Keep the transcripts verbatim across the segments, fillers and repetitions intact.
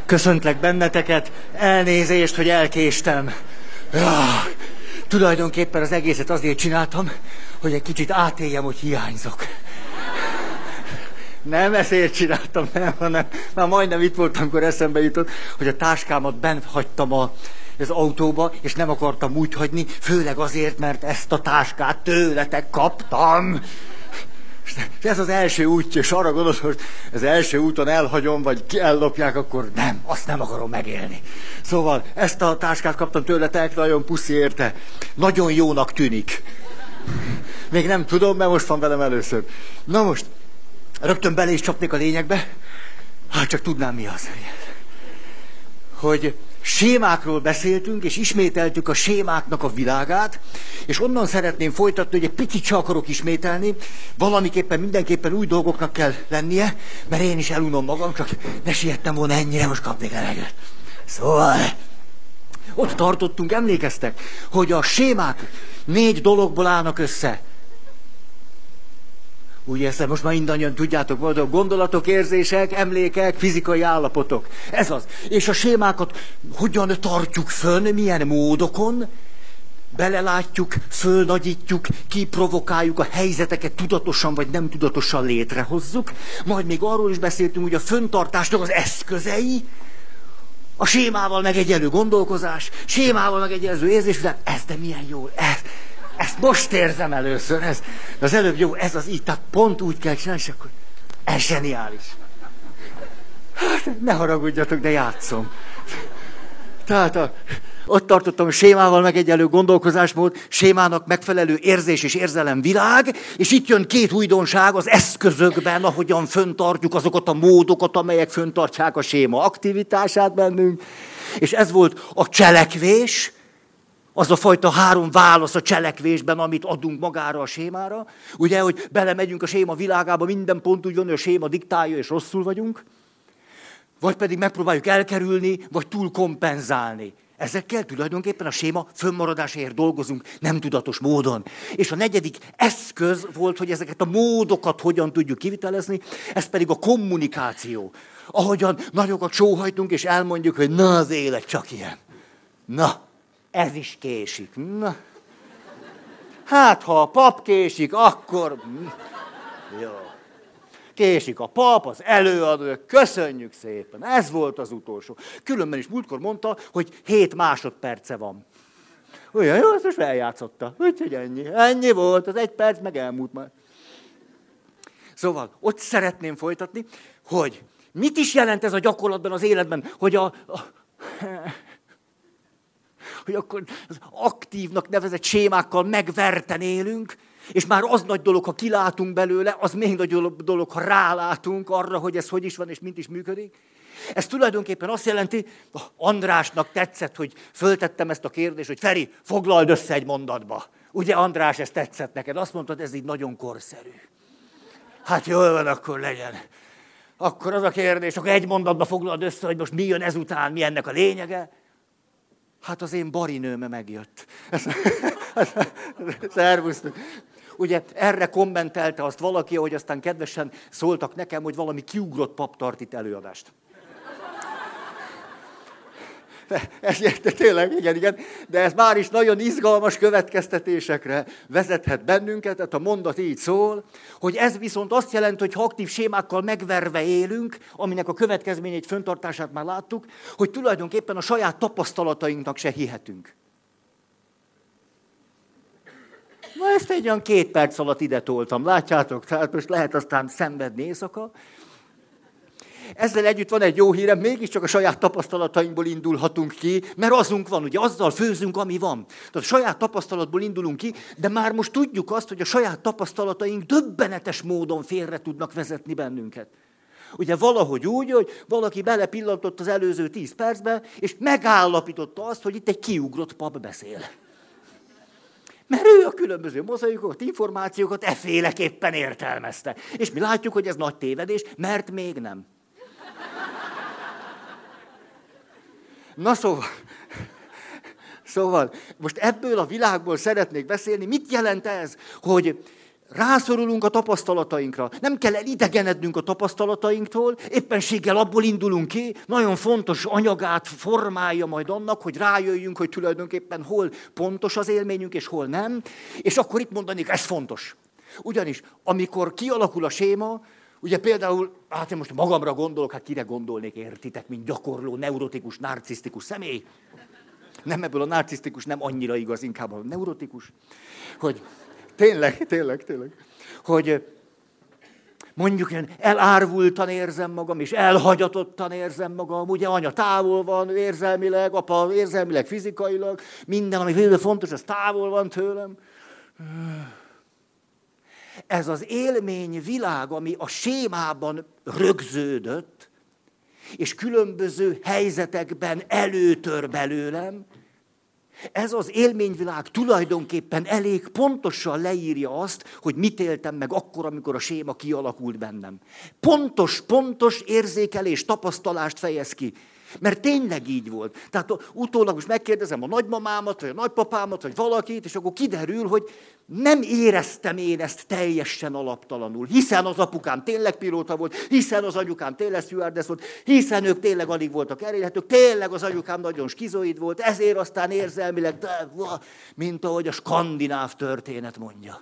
Köszöntlek benneteket, elnézést, hogy elkéstem. Ja, tulajdonképpen az egészet azért csináltam, hogy egy kicsit átéljem, hogy hiányzok. Nem ezért csináltam, nem, hanem már majdnem itt voltam, amikor eszembe jutott, hogy a táskámat bent hagytam a, az autóba, és nem akartam úgy hagyni, főleg azért, mert ezt a táskát tőletek kaptam. És ez az első útja, és arra gondolom, hogy az első úton elhagyom, vagy ellopják, akkor nem, azt nem akarom megélni. Szóval ezt a táskát kaptam tőletek, nagyon puszi érte. Nagyon jónak tűnik. Még nem tudom, mert most van velem először. Na most, rögtön bele is csapnék a lényegbe. Hát csak tudnám, mi az. Hogy sémákról beszéltünk, és ismételtük a sémáknak a világát, és onnan szeretném folytatni, hogy egy picit csak akarok ismételni, valamiképpen mindenképpen új dolgoknak kell lennie, mert én is elunom magam, csak ne siettem volna ennyire, most kapnék eleget. Szóval, ott tartottunk, emlékeztek, hogy a sémák négy dologból állnak össze. Úgy érzem, most már mindannyian tudjátok, boldog gondolatok, érzések, emlékek, fizikai állapotok. Ez az. És a sémákat hogyan tartjuk fönn, milyen módokon, belelátjuk, fölnagyítjuk, kiprovokáljuk a helyzeteket, tudatosan vagy nem tudatosan létrehozzuk. Majd még arról is beszéltünk, hogy a föntartásnak az eszközei, a sémával megegyelő gondolkozás, sémával megegyelő érzés, de ez de milyen jó, ez... Ezt most érzem először, ez, az előbb jó, ez az így, tehát pont úgy kell csinálni, és akkor ez zseniális. Hát, ne haragudjatok, de játszom. Tehát a, ott tartottam, hogy sémával megegyelő gondolkozásmód, sémának megfelelő érzés és érzelem világ, és itt jön két újdonság az eszközökben, ahogyan föntartjuk azokat a módokat, amelyek föntartják a séma aktivitását bennünk, és ez volt a cselekvés, az a fajta három válasz a cselekvésben, amit adunk magára a sémára. Ugye, hogy belemegyünk a séma világába, minden pont úgy van, hogy a séma diktálja, és rosszul vagyunk. Vagy pedig megpróbáljuk elkerülni, vagy túl kompenzálni. Ezekkel tulajdonképpen a séma fönnmaradásáért dolgozunk nem tudatos módon. És a negyedik eszköz volt, hogy ezeket a módokat hogyan tudjuk kivitelezni, ez pedig a kommunikáció. Ahogyan nagyokat sóhajtunk, és elmondjuk, hogy na, az élet csak ilyen. Na. Ez is késik. Na. Hát, ha a pap késik, akkor... Jó. Késik a pap, az előadó, köszönjük szépen. Ez volt az utolsó. Különben is múltkor mondta, hogy hét másodperce van. Olyan jó, ezt most eljátszotta. Úgyhogy ennyi. Ennyi volt, az egy perc meg elmúlt már. Szóval, ott szeretném folytatni, hogy mit is jelent ez a gyakorlatban, az életben, hogy a... a hogy akkor az aktívnak nevezett sémákkal megverten élünk, és már az nagy dolog, ha kilátunk belőle, az még nagy dolog, ha rálátunk arra, hogy ez hogy is van, és mint is működik. Ez tulajdonképpen azt jelenti, Andrásnak tetszett, hogy föltettem ezt a kérdést, hogy Feri, foglald össze egy mondatba. Ugye, András, ez tetszett neked? Azt mondtad, ez így nagyon korszerű. Hát jól van, akkor legyen. Akkor az a kérdés, akkor egy mondatba foglald össze, hogy most mi jön ezután, mi ennek a lényege. Hát az én barinőme megjött. Szervusztok. Ugye erre kommentelte azt valaki, ahogy aztán kedvesen szóltak nekem, hogy valami kiugrott pap tart itt előadást. Ez, de tényleg, igen, igen, de ez már is nagyon izgalmas következtetésekre vezethet bennünket, tehát a mondat így szól, hogy ez viszont azt jelenti, hogy ha aktív sémákkal megverve élünk, aminek a következményeit, föntartását már láttuk, hogy tulajdonképpen a saját tapasztalatainknak se hihetünk. Na ezt egy olyan két perc alatt ide toltam, látjátok? Tehát most lehet aztán szenvedni éjszaka. Ezzel együtt van egy jó hírem, mégiscsak a saját tapasztalatainkból indulhatunk ki, mert azunk van, ugye azzal főzünk, ami van. Tehát a saját tapasztalatból indulunk ki, de már most tudjuk azt, hogy a saját tapasztalataink döbbenetes módon félre tudnak vezetni bennünket. Ugye valahogy úgy, hogy valaki belepillantott az előző tíz percbe, és megállapította azt, hogy itt egy kiugrott pap beszél. Mert ő a különböző mozaikokat, információkat efféleképpen értelmezte. És mi látjuk, hogy ez nagy tévedés, mert még nem. Na szóval, szóval, most ebből a világból szeretnék beszélni. Mit jelent ez, hogy rászorulunk a tapasztalatainkra. Nem kell elidegenednünk a tapasztalatainktól, éppenséggel abból indulunk ki, nagyon fontos anyagát formálja majd annak, hogy rájöjjünk, hogy tulajdonképpen hol pontos az élményünk, és hol nem. És akkor itt mondanék, ez fontos. Ugyanis, amikor kialakul a séma, ugye például, hát én most magamra gondolok, hát kire gondolnék, értitek, mint gyakorló, neurotikus, narcisztikus személy. Nem ebből a narcisztikus, nem annyira igaz, inkább a neurotikus. Hogy tényleg, tényleg, tényleg, hogy mondjuk én elárvultan érzem magam, és elhagyatottan érzem magam. Ugye anya távol van érzelmileg, apa érzelmileg, fizikailag, minden, ami végül fontos, az távol van tőlem. Ez az élmény világ, ami a sémában rögződött, és különböző helyzetekben előtör belőlem, ez az élményvilág tulajdonképpen elég pontosan leírja azt, hogy mit éltem meg akkor, amikor a séma kialakult bennem. Pontos, pontos érzékelés, tapasztalást fejez ki. Mert tényleg így volt. Tehát utólag most megkérdezem a nagymamámat, vagy a nagypapámat, vagy valakit, és akkor kiderül, hogy nem éreztem én ezt teljesen alaptalanul. Hiszen az apukám tényleg pilóta volt, hiszen az anyukám tényleg stewardess volt, hiszen ők tényleg alig voltak elérhetők, tényleg az anyukám nagyon skizoid volt, ezért aztán érzelmileg, de, mint ahogy a skandináv történet mondja.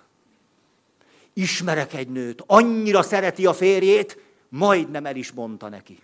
Ismerek egy nőt, annyira szereti a férjét, majdnem el is mondta neki.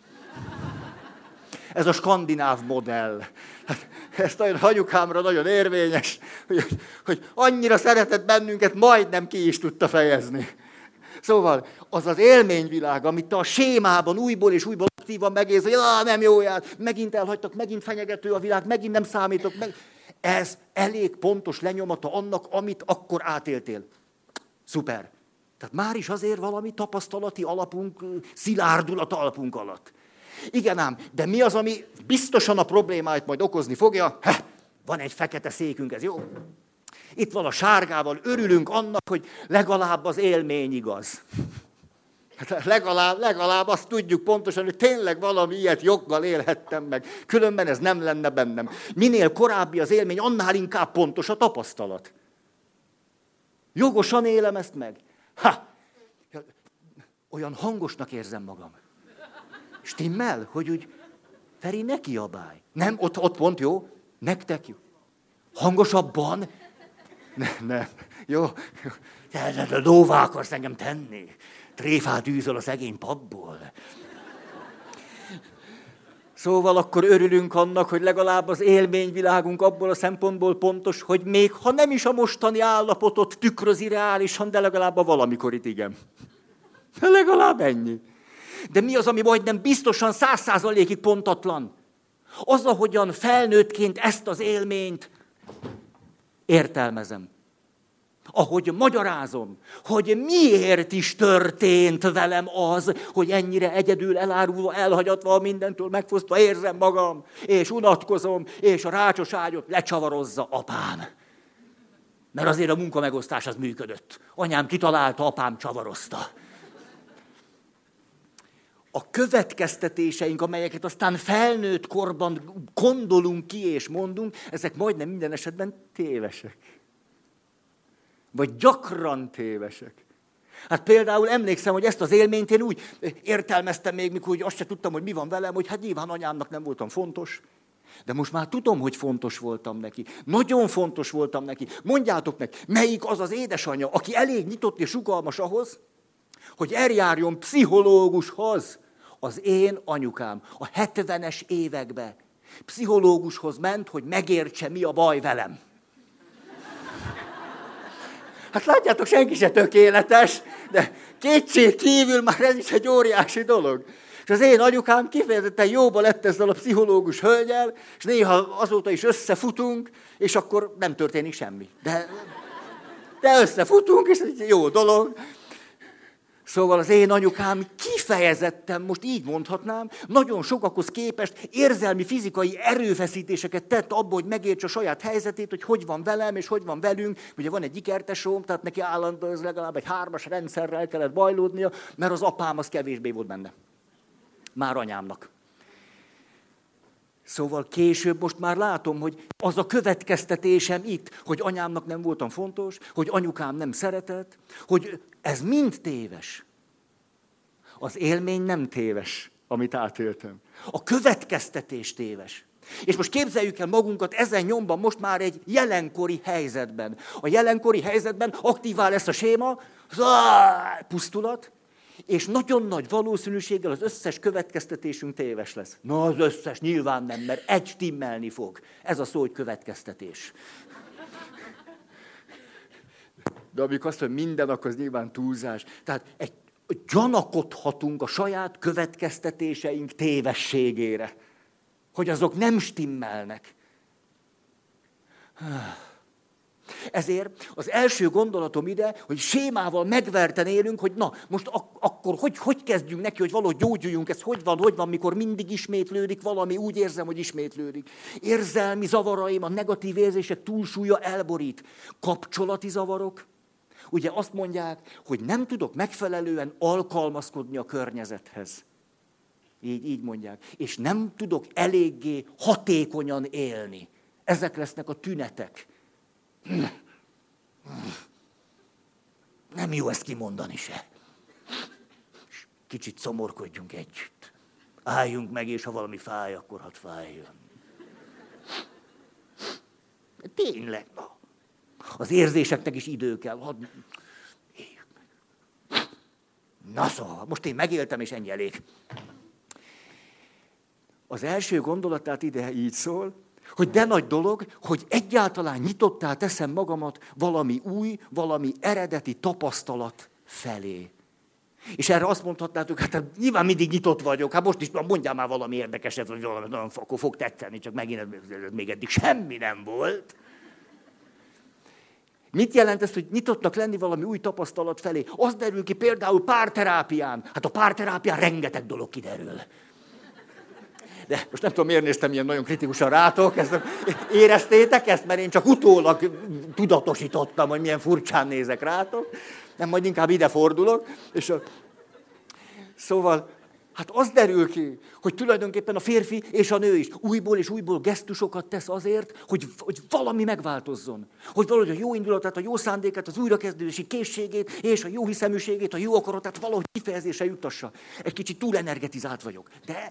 Ez a skandináv modell. Hát, ez nagyon anyukámra nagyon érvényes, hogy, hogy annyira szeretett bennünket, majdnem ki is tudta fejezni. Szóval az az élményvilág, amit a sémában újból és újból aktívan megérz, hogy ah, nem jó jár, megint elhagytak, megint fenyegető a világ, megint nem számítok. Meg... Ez elég pontos lenyomata annak, amit akkor átéltél. Szuper. Tehát már is azért valami tapasztalati alapunk, szilárdulat alapunk alatt. Igen ám, de mi az, ami biztosan a problémáit majd okozni fogja? Heh, van egy fekete székünk, ez jó? Itt van a sárgával, örülünk annak, hogy legalább az élmény igaz. Hát legalább, legalább azt tudjuk pontosan, hogy tényleg valami ilyet joggal élhettem meg. Különben ez nem lenne bennem. Minél korábbi az élmény, annál inkább pontos a tapasztalat. Jogosan élem ezt meg. Ha! Olyan hangosnak érzem magam. Stimmel, hogy úgy, Feri, ne kiabálj. Nem, ott, ott pont jó, nektek jó. Hangosabban? Nem, nem, jó. De lóvá akarsz engem tenni. Tréfát űzöl a szegény papból. Szóval akkor örülünk annak, hogy legalább az élményvilágunk abból a szempontból pontos, hogy még ha nem is a mostani állapotot tükrözi reálisan, de legalább a valamikorit igen. Legalább ennyi. De mi az, ami majdnem biztosan száz százalékig pontatlan? Az, ahogyan felnőttként ezt az élményt értelmezem. Ahogy magyarázom, hogy miért is történt velem az, hogy ennyire egyedül, elárulva, elhagyatva, mindentől megfosztva érzem magam, és unatkozom, és a rácsos ágyot lecsavarozza apám. Mert azért a munkamegosztás az működött. Anyám kitalálta, apám csavarozta. A következtetéseink, amelyeket aztán felnőtt korban gondolunk ki és mondunk, ezek majdnem minden esetben tévesek. Vagy gyakran tévesek. Hát például emlékszem, hogy ezt az élményt én úgy értelmeztem még, mikor úgy azt se tudtam, hogy mi van velem, hogy hát nyilván anyámnak nem voltam fontos. De most már tudom, hogy fontos voltam neki. Nagyon fontos voltam neki. Mondjátok meg, melyik az az édesanyja, aki elég nyitott és rugalmas ahhoz, hogy eljárjon pszichológushoz. Az én anyukám a hetvenes években pszichológushoz ment, hogy megértse, mi a baj velem. Hát látjátok, senki se tökéletes, de kétség kívül már ez is egy óriási dolog. És az én anyukám kifejezetten jóba lett ezzel a pszichológus hölgyel, és néha azóta is összefutunk, és akkor nem történik semmi. De, de összefutunk, és ez egy jó dolog. Szóval az én anyukám kifejezetten, most így mondhatnám, nagyon sokakhoz képest érzelmi, fizikai erőfeszítéseket tett abba, hogy megértse a saját helyzetét, hogy hogy van velem, és hogy van velünk. Ugye van egy ikertesóm, tehát neki állandó, ez legalább egy hármas rendszerrel kellett bajlódnia, mert az apám az kevésbé volt benne. Már anyámnak. Szóval később most már látom, hogy az a következtetésem itt, hogy anyámnak nem voltam fontos, hogy anyukám nem szeretett, hogy ez mind téves. Az élmény nem téves, amit átéltem. A következtetés téves. És most képzeljük el magunkat ezen nyomban most már egy jelenkori helyzetben. A jelenkori helyzetben aktivál lesz a séma, pusztulat, és nagyon nagy valószínűséggel az összes következtetésünk téves lesz. Na, az összes nyilván nem, mert egy stimmelni fog. Ez a szó, hogy következtetés. De amikor azt mondja, minden, akkor az nyilván túlzás. Tehát egy, gyanakodhatunk a saját következtetéseink tévességére. Hogy azok nem stimmelnek. Ezért az első gondolatom ide, hogy sémával megverten élünk, hogy na, most ak- akkor hogy, hogy kezdjünk neki, hogy valahogy gyógyuljunk, ez hogy van, hogy van, mikor mindig ismétlődik valami, úgy érzem, hogy ismétlődik. Érzelmi zavaraim, a negatív érzések túlsúlya elborít. Kapcsolati zavarok. Ugye azt mondják, hogy nem tudok megfelelően alkalmazkodni a környezethez. Így, így mondják. És nem tudok eléggé hatékonyan élni. Ezek lesznek a tünetek. Nem jó ezt kimondani se. Kicsit szomorkodjunk együtt. Álljunk meg, és ha valami fáj, akkor hadd fájjon. Tényleg, na. Az érzéseknek is idő kell. Hadd... Na szóval, most én megéltem, és ennyi elég. Az első gondolatát ide így szól, hogy de nagy dolog, hogy egyáltalán nyitottá teszem magamat valami új, valami eredeti tapasztalat felé. És erre azt mondhatnátok, hát nyilván mindig nyitott vagyok, hát most is mondjál már valami érdekeset, vagy valami, nagyon akkor fog tetszeni, csak megint még eddig semmi nem volt. Mit jelent ez, hogy nyitottnak lenni valami új tapasztalat felé? Az derül ki például párterápián. Hát a párterápián rengeteg dolog kiderül. De most nem tudom, miért néztem ilyen nagyon kritikusan rátok, ezt éreztétek ezt, mert én csak utólag tudatosítottam, hogy milyen furcsán nézek rátok. Nem, majd inkább ide fordulok. És a... Szóval, hát az derül ki, hogy tulajdonképpen a férfi és a nő is újból és újból gesztusokat tesz azért, hogy, hogy valami megváltozzon. Hogy valahogy a jó indulatát, a jó szándékát, az újrakezdési készségét és a jó hiszeműségét, a jó akaratát valahogy kifejezésre juttassa. Egy kicsit túl energetizált vagyok, de...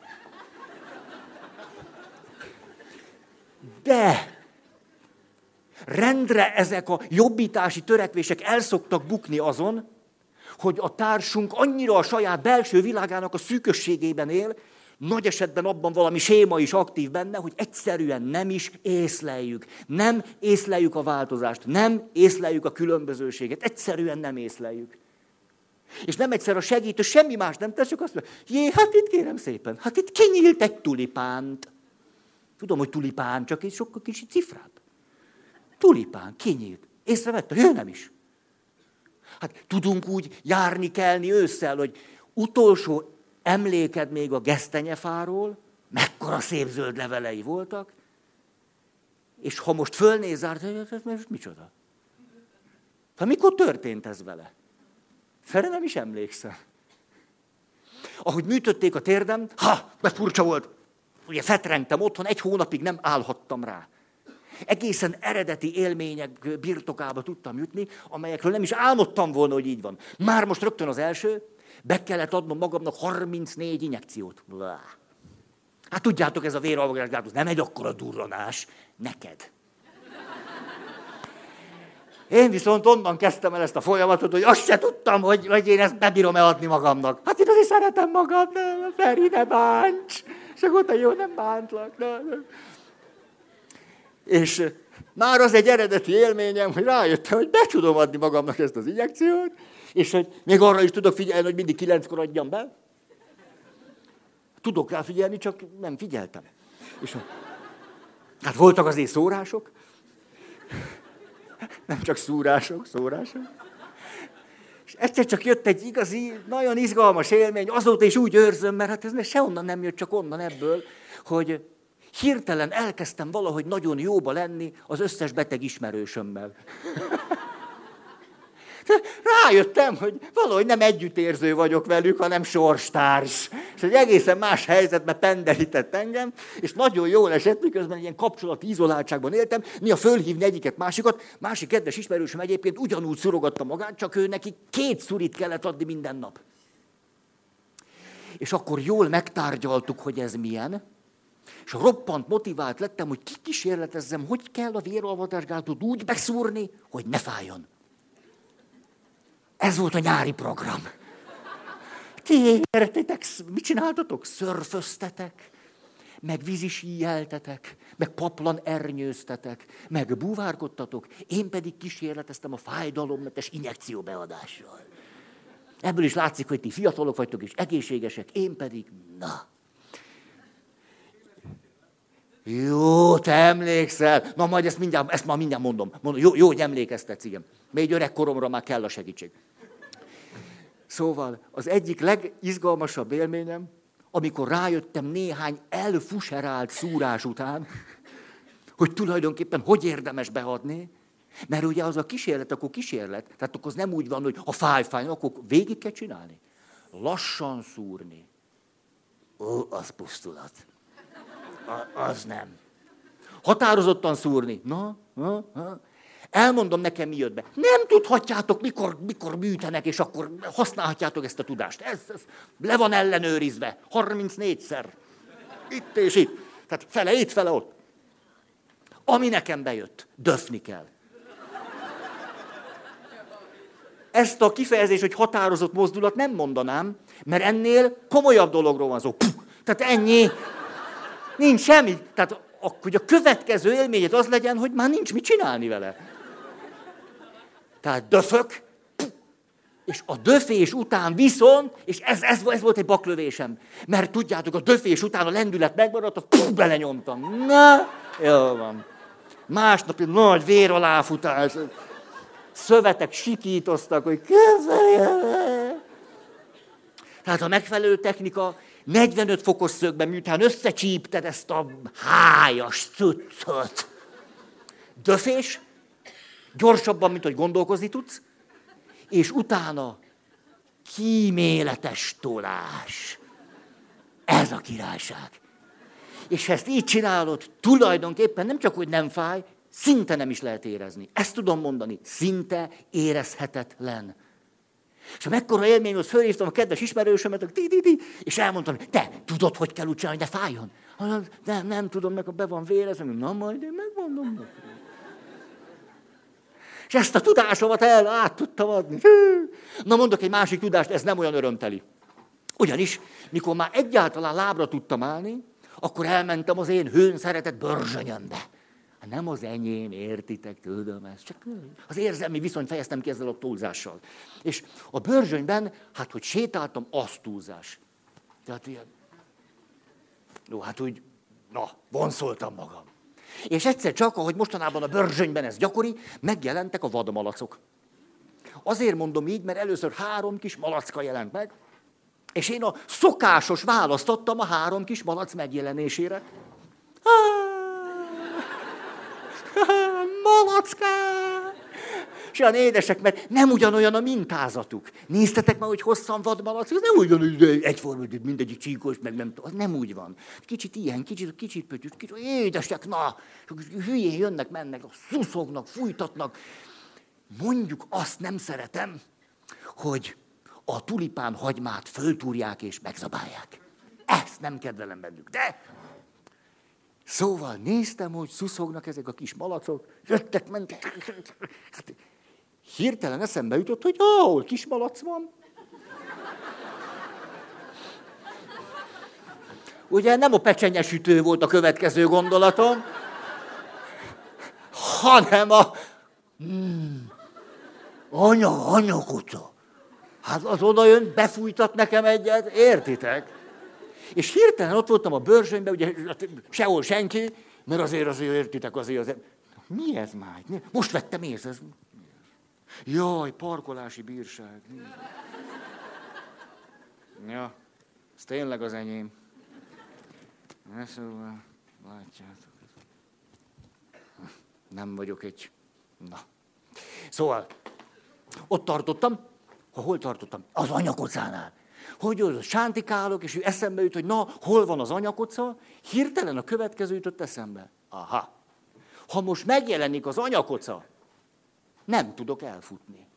De rendre ezek a jobbítási törekvések el szoktak bukni azon, hogy a társunk annyira a saját belső világának a szűkösségében él, nagy esetben abban valami séma is aktív benne, hogy egyszerűen nem is észleljük. Nem észleljük a változást, nem észleljük a különbözőséget, egyszerűen nem észleljük. És nem egyszer a segítő semmi más nem tesz, csak azt mondja, jé, hát itt kérem szépen, hát itt kinyílt egy tulipánt. Tudom, hogy tulipán, csak egy sokkal kicsit cifrább. Tulipán, kinyílt. Észrevette? Ő nem is. Hát tudunk úgy járni, kelni ősszel, hogy utolsó emléked még a gesztenyefáról, mekkora szép zöld levelei voltak, és ha most fölnéz zárt, ez most micsoda? Hát mikor történt ez vele? Fere nem is emlékszem. Ahogy műtötték a térdem, ha, de furcsa volt. Ugye fetrengtem otthon, egy hónapig nem állhattam rá. Egészen eredeti élmények birtokába tudtam jutni, amelyekről nem is álmodtam volna, hogy így van. Már most rögtön az első, be kellett adnom magamnak harmincnégy injekciót. Hát tudjátok, ez a véralvogásgátló, nem egy akkora durranás, neked. Én viszont onnan kezdtem el ezt a folyamatot, hogy azt se tudtam, hogy, hogy én ezt bebírom-e adni magamnak. Hát én azért szeretem magam, nem, Feri, ne bánts. És akkor jó, nem bántlak. Nem, nem. És már az egy eredeti élményem, hogy rájöttem, hogy be tudom adni magamnak ezt az injekciót, és hogy még arra is tudok figyelni, hogy mindig kilenckor adjam be. Tudok rá figyelni, csak nem figyeltem. És hát voltak azért szórások. Nem csak szúrások, szórások. És egyszer csak jött egy igazi, nagyon izgalmas élmény, azóta is úgy őrzöm, mert hát ez se onnan nem jött, csak onnan ebből, hogy hirtelen elkezdtem valahogy nagyon jóba lenni az összes beteg ismerősömmel. Rájöttem, hogy valahogy nem együttérző vagyok velük, hanem sorstárs. És egy egészen más helyzetbe penderített engem, és nagyon jól esett, miközben ilyen kapcsolati izoláltságban éltem, néha fölhívni egyiket másikat. Másik kedves ismerősöm egyébként ugyanúgy szurogatta magát, csak ő neki két szurit kellett adni minden nap. És akkor jól megtárgyaltuk, hogy ez milyen, és roppant motivált lettem, hogy kikísérletezzem, hogy kell a vérolvadásgátlót úgy beszúrni, hogy ne fájjon. Ez volt a nyári program. Ti értitek, mit csináltatok? Szörföztetek, meg vízisíjeltetek, meg paplan ernyőztetek, meg búvárkodtatok, én pedig kísérleteztem a fájdalommentes injekció beadással. Ebből is látszik, hogy ti fiatalok vagytok és egészségesek, én pedig, na. Jó, te emlékszel. Na majd ezt, mindjárt, ezt már mindjárt mondom. mondom. Jó, jó, hogy emlékeztetsz, igen. Még öreg koromra már kell a segítség. Szóval az egyik legizgalmasabb élményem, amikor rájöttem néhány elfuserált szúrás után, hogy tulajdonképpen hogy érdemes beadni, mert ugye az a kísérlet, akkor kísérlet, tehát akkor az nem úgy van, hogy ha fáj, fáj, akkor végig kell csinálni. Lassan szúrni. Ó, az pusztulat. A, az nem. Határozottan szúrni. Na, na, na. Elmondom nekem, mi jött be. Nem tudhatjátok, mikor, mikor műtenek, és akkor használhatjátok ezt a tudást. Ez, ez le van ellenőrizve. harmincnégyszer. Itt és itt. Tehát fele itt, fele ott. Ami nekem bejött, döfni kell. Ezt a kifejezést, hogy határozott mozdulat nem mondanám, mert ennél komolyabb dologról van szó. Puh, tehát ennyi. Nincs semmi. Tehát hogy a következő élményed az legyen, hogy már nincs mit csinálni vele. Tehát döfök, és a döfés után viszont, és ez, ez, ez volt egy baklövésem, mert tudjátok, a döfés után a lendület megmaradt, azt puh, belenyomtam. Na, jó van. Másnap egy nagy véraláfutás, szövetek sikítoztak, hogy kezeljen. Tehát a megfelelő technika, negyvenöt fokos szögben, miután összecsípted ezt a hájas cuccot. Döfés, gyorsabban, mint hogy gondolkozni tudsz, és utána kíméletes tolás. Ez a királyság. És ha ezt így csinálod, tulajdonképpen nem csak, hogy nem fáj, szinte nem is lehet érezni. Ezt tudom mondani, szinte érezhetetlen. És a mekkora élmény, hogy fölhívtam a kedves ismerősömet, és elmondtam, te tudod, hogy kell úgy csinálni, de fájjon. Nem, nem tudom, meg be van vérezve, na majd én megmondom. És ezt a tudásomat el át tudtam adni. Na mondok egy másik tudást, ez nem olyan örömteli. Ugyanis, mikor már egyáltalán lábra tudtam állni, akkor elmentem az én hőn szeretett Börzsönyömbe. Hát nem az enyém, értitek, tudom ezt, csak az érzelmi viszonyt fejeztem ki ezzel a túlzással. És a Börzsönyben, hát hogy sétáltam, az túlzás. Tehát ilyen, no, hát úgy, na, vonszoltam magam. És egyszer csak, ahogy mostanában a Börzsönyben ez gyakori, megjelentek a vadmalacok. Azért mondom így, mert először három kis malacka jelent meg, és én a szokásos választ adtam a három kis malac megjelenésére. Malacká! És olyan édesek, mert nem ugyanolyan a mintázatuk. Néztetek már, hogy hosszan vadmalac? Ez nem ugyanúgy, egyforma, mindegyik csíkos, meg nem tudom. Az nem úgy van. Kicsit ilyen, kicsit, kicsit pötyös, kicsit édesek, na, hülyén jönnek, mennek, szuszognak, fújtatnak. Mondjuk azt nem szeretem, hogy a tulipán hagymát föltúrják és megzabálják. Ezt nem kedvelem bennük, de... Szóval néztem, hogy szuszognak ezek a kis malacok, jöttek, mentek. Hát, hirtelen eszembe jutott, hogy ahol kis malac van. Ugye nem a pecsenyesütő volt a következő gondolatom, hanem a... Hmm, anya, anya kuca. Hát az oda jön, befújtat nekem egyet, értitek? És hirtelen ott voltam a Börzsönyben, ugye sehol senki, mert azért, azért értitek, azért, azért. Mi ez már? Most vettem észre. Ez... Jaj, parkolási bírság. Ja, ez tényleg az enyém. Na, szóval, látjátok. Nem vagyok egy... Na. Szóval, ott tartottam, ha hol tartottam? Az anyakocánál. Hogy ott sántikálok, és eszembe jut, hogy na, hol van az anyakoca, hirtelen a következő jutott eszembe. Aha, ha most megjelenik az anyakoca, nem tudok elfutni.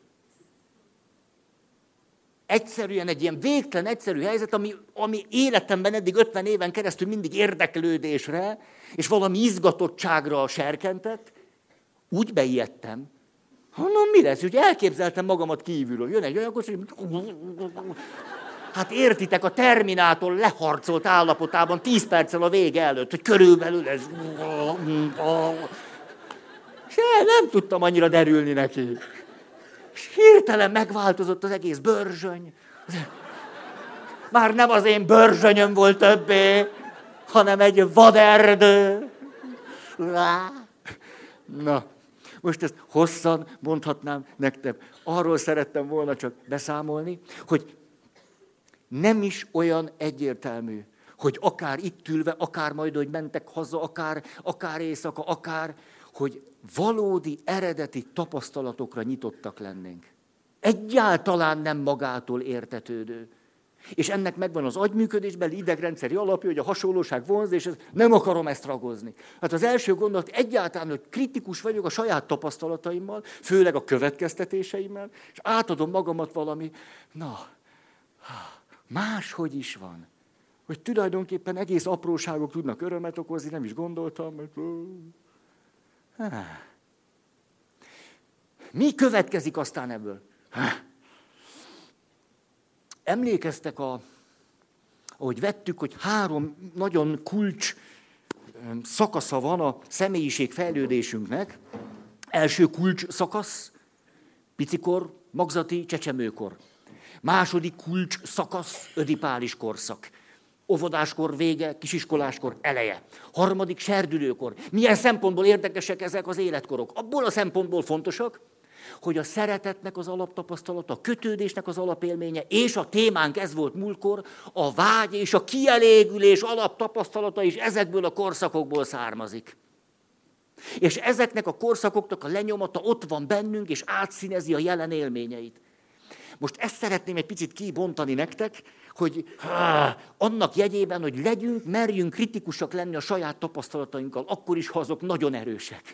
Egyszerűen egy ilyen végtelen egyszerű helyzet, ami, ami életemben eddig ötven éven keresztül mindig érdeklődésre, és valami izgatottságra serkentett, úgy beijedtem, hanem mi lesz, hogy elképzeltem magamat kívülről. Jön egy olyan kocsi, hát értitek, a Terminátor leharcolt állapotában tíz perccel a vége előtt, hogy körülbelül ez... Se, nem tudtam annyira derülni neki. És hirtelen megváltozott az egész börzsöny. Már nem az én börzsönyöm volt többé, hanem egy vaderdő. Na, most ezt hosszan mondhatnám nektek. Arról szerettem volna csak beszámolni, hogy nem is olyan egyértelmű, hogy akár itt ülve, akár majd, hogy mentek haza, akár, akár éjszaka, akár, hogy valódi, eredeti tapasztalatokra nyitottak lennénk. Egyáltalán nem magától értetődő. És ennek megvan az agyműködésbeli idegrendszeri alapja, hogy a hasonlóság vonz, és ez, nem akarom ezt ragozni. Hát az első gondolat egyáltalán, hogy kritikus vagyok a saját tapasztalataimmal, főleg a következtetéseimmel, és átadom magamat valami, na, máshogy is van. Hogy tulajdonképpen egész apróságok tudnak örömet okozni, nem is gondoltam, mert... Mi következik aztán ebből? Emlékeztek, a, ahogy vettük, hogy három nagyon kulcs szakasza van a személyiség fejlődésünknek. Első kulcs szakasz, picikor, magzati, csecsemőkor. Második kulcs szakasz, ödipális korszak. Óvodáskor vége, kisiskoláskor eleje. Harmadik serdülőkor. Milyen szempontból érdekesek ezek az életkorok? Abból a szempontból fontosak, hogy a szeretetnek az alaptapasztalata, a kötődésnek az alapélménye, és a témánk ez volt múltkor, a vágy és a kielégülés alaptapasztalata is ezekből a korszakokból származik. És ezeknek a korszakoknak a lenyomata ott van bennünk, és átszínezi a jelen élményeit. Most ezt szeretném egy picit kibontani nektek, hogy há, annak jegyében, hogy legyünk, merjünk kritikusak lenni a saját tapasztalatainkkal, akkor is, ha azok nagyon erősek.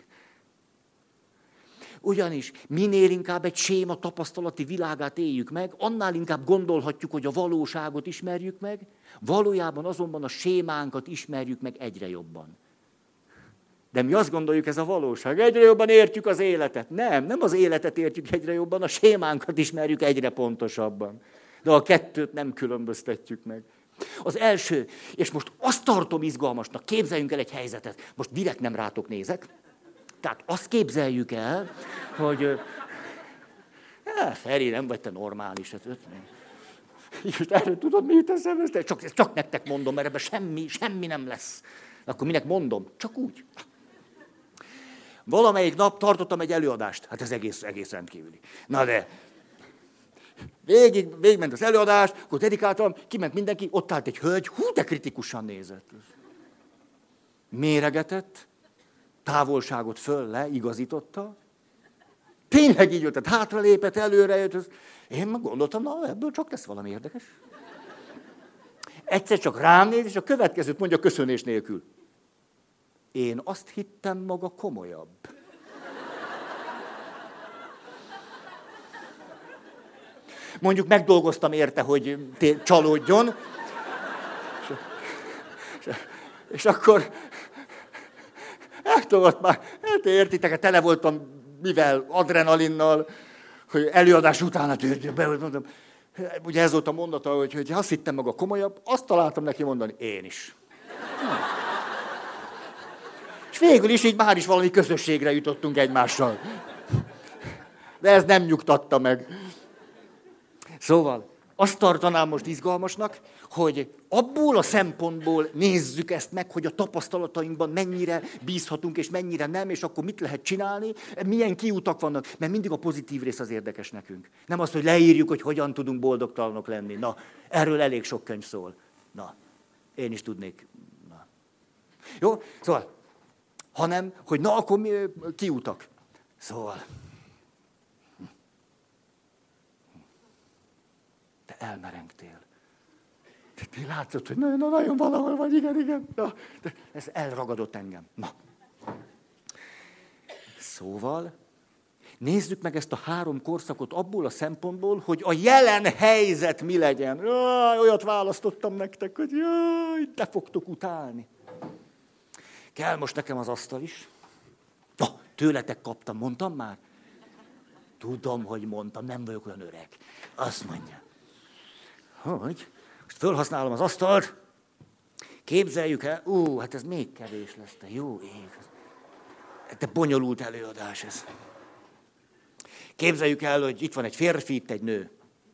Ugyanis minél inkább egy séma tapasztalati világát éljük meg, annál inkább gondolhatjuk, hogy a valóságot ismerjük meg, valójában azonban a sémánkat ismerjük meg egyre jobban. De mi azt gondoljuk, ez a valóság. Egyre jobban értjük az életet. Nem, nem az életet értjük egyre jobban, a sémánkat ismerjük egyre pontosabban. De a kettőt nem különböztetjük meg. Az első, és most azt tartom izgalmasnak, képzeljünk el egy helyzetet. Most direkt nem rátok nézek. Tehát azt képzeljük el, hogy... Ja, Feri, nem vagy te normális. És erről tudod, mi jut eszembe? Csak, csak nektek mondom, mert ebben semmi, semmi nem lesz. Akkor minek mondom? Csak úgy. Valamelyik nap tartottam egy előadást. Hát ez egész, egész rendkívüli. Na de, végig, végigment az előadás, akkor dedikáltam, kiment mindenki, ott állt egy hölgy, hú, de kritikusan nézett. Méregetett, távolságot föl le, igazította. Tényleg így jött, tehát hátralépett, előre jött. Én meg gondoltam, na, ebből csak lesz valami érdekes. Egyszer csak rám néz, és a következőt mondja köszönés nélkül. Én azt hittem, maga komolyabb. Mondjuk megdolgoztam érte, hogy csalódjon. És, és, és akkor, hát ott már, hát értitek, hát tele voltam, mivel adrenalinnal, hogy előadás után, hát mondom, ugye ez volt a mondata, hogy, hogy azt hittem maga komolyabb, azt találtam neki mondani, én is. És végül is így már is valami közösségre jutottunk egymással. De ez nem nyugtatta meg. Szóval azt tartanám most izgalmasnak, hogy abból a szempontból nézzük ezt meg, hogy a tapasztalatainkban mennyire bízhatunk, és mennyire nem, és akkor mit lehet csinálni, milyen kiutak vannak, mert mindig a pozitív rész az érdekes nekünk. Nem az, hogy leírjuk, hogy hogyan tudunk boldogtalanok lenni. Na, erről elég sok könyv szól. Na, én is tudnék. Na. Jó, szóval, hanem, hogy na, akkor mi kiutak. Szóval, te elmerengtél. Te látszott, hogy nagyon, nagyon valahol vagy, igen, igen. Na, de ez elragadott engem. Na. Szóval, nézzük meg ezt a három korszakot abból a szempontból, hogy a jelen helyzet mi legyen. Jaj, olyat választottam nektek, hogy jaj, te fogtok utálni. Kell most nekem az asztal is. Na, tőletek kaptam, mondtam már? Tudom, hogy mondtam, nem vagyok olyan öreg. Azt mondja, hogy most felhasználom az asztalt, képzeljük el, ú, hát ez még kevés lesz, te jó ég. De bonyolult előadás ez. Képzeljük el, hogy itt van egy férfi, itt egy nő.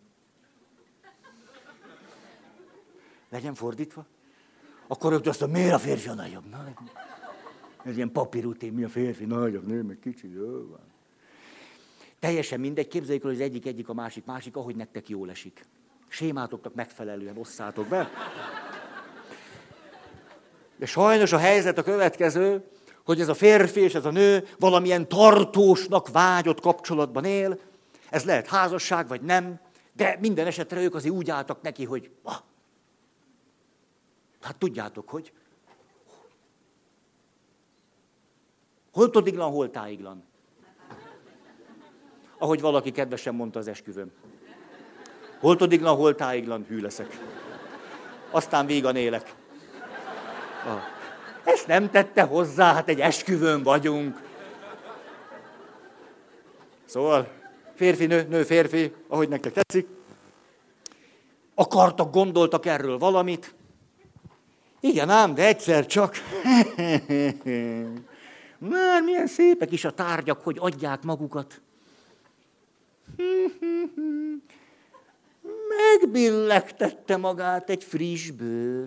Legyen fordítva? Akkor ők azt mondja, miért a férfi a nagyobb? Na, ez ilyen papírutin, mi a férfi nagyobb, nő, meg kicsi, jó van. Teljesen mindegy, képzeljük el, hogy az egyik egyik, a másik másik, ahogy nektek jól esik. Sémátoknak megfelelően osszátok be. De sajnos a helyzet a következő, hogy ez a férfi és ez a nő valamilyen tartósnak vágyott kapcsolatban él. Ez lehet házasság, vagy nem, de minden esetre ők azért úgy álltak neki, hogy ah, hát tudjátok, hogy holtodiglan, holtáiglan. Ahogy valaki kedvesen mondta az esküvőn. Holtodiglan, holtáiglan, hű leszek. Aztán vígan élek. Ah. Ezt nem tette hozzá, hát egy esküvőn vagyunk. Szóval férfi, nő, nő, férfi, ahogy nektek tetszik. Akartak, gondoltak erről valamit. Igen ám, de egyszer csak. Már milyen szépek is a tárgyak, hogy adják magukat. Megbillegtette magát egy friss bőr.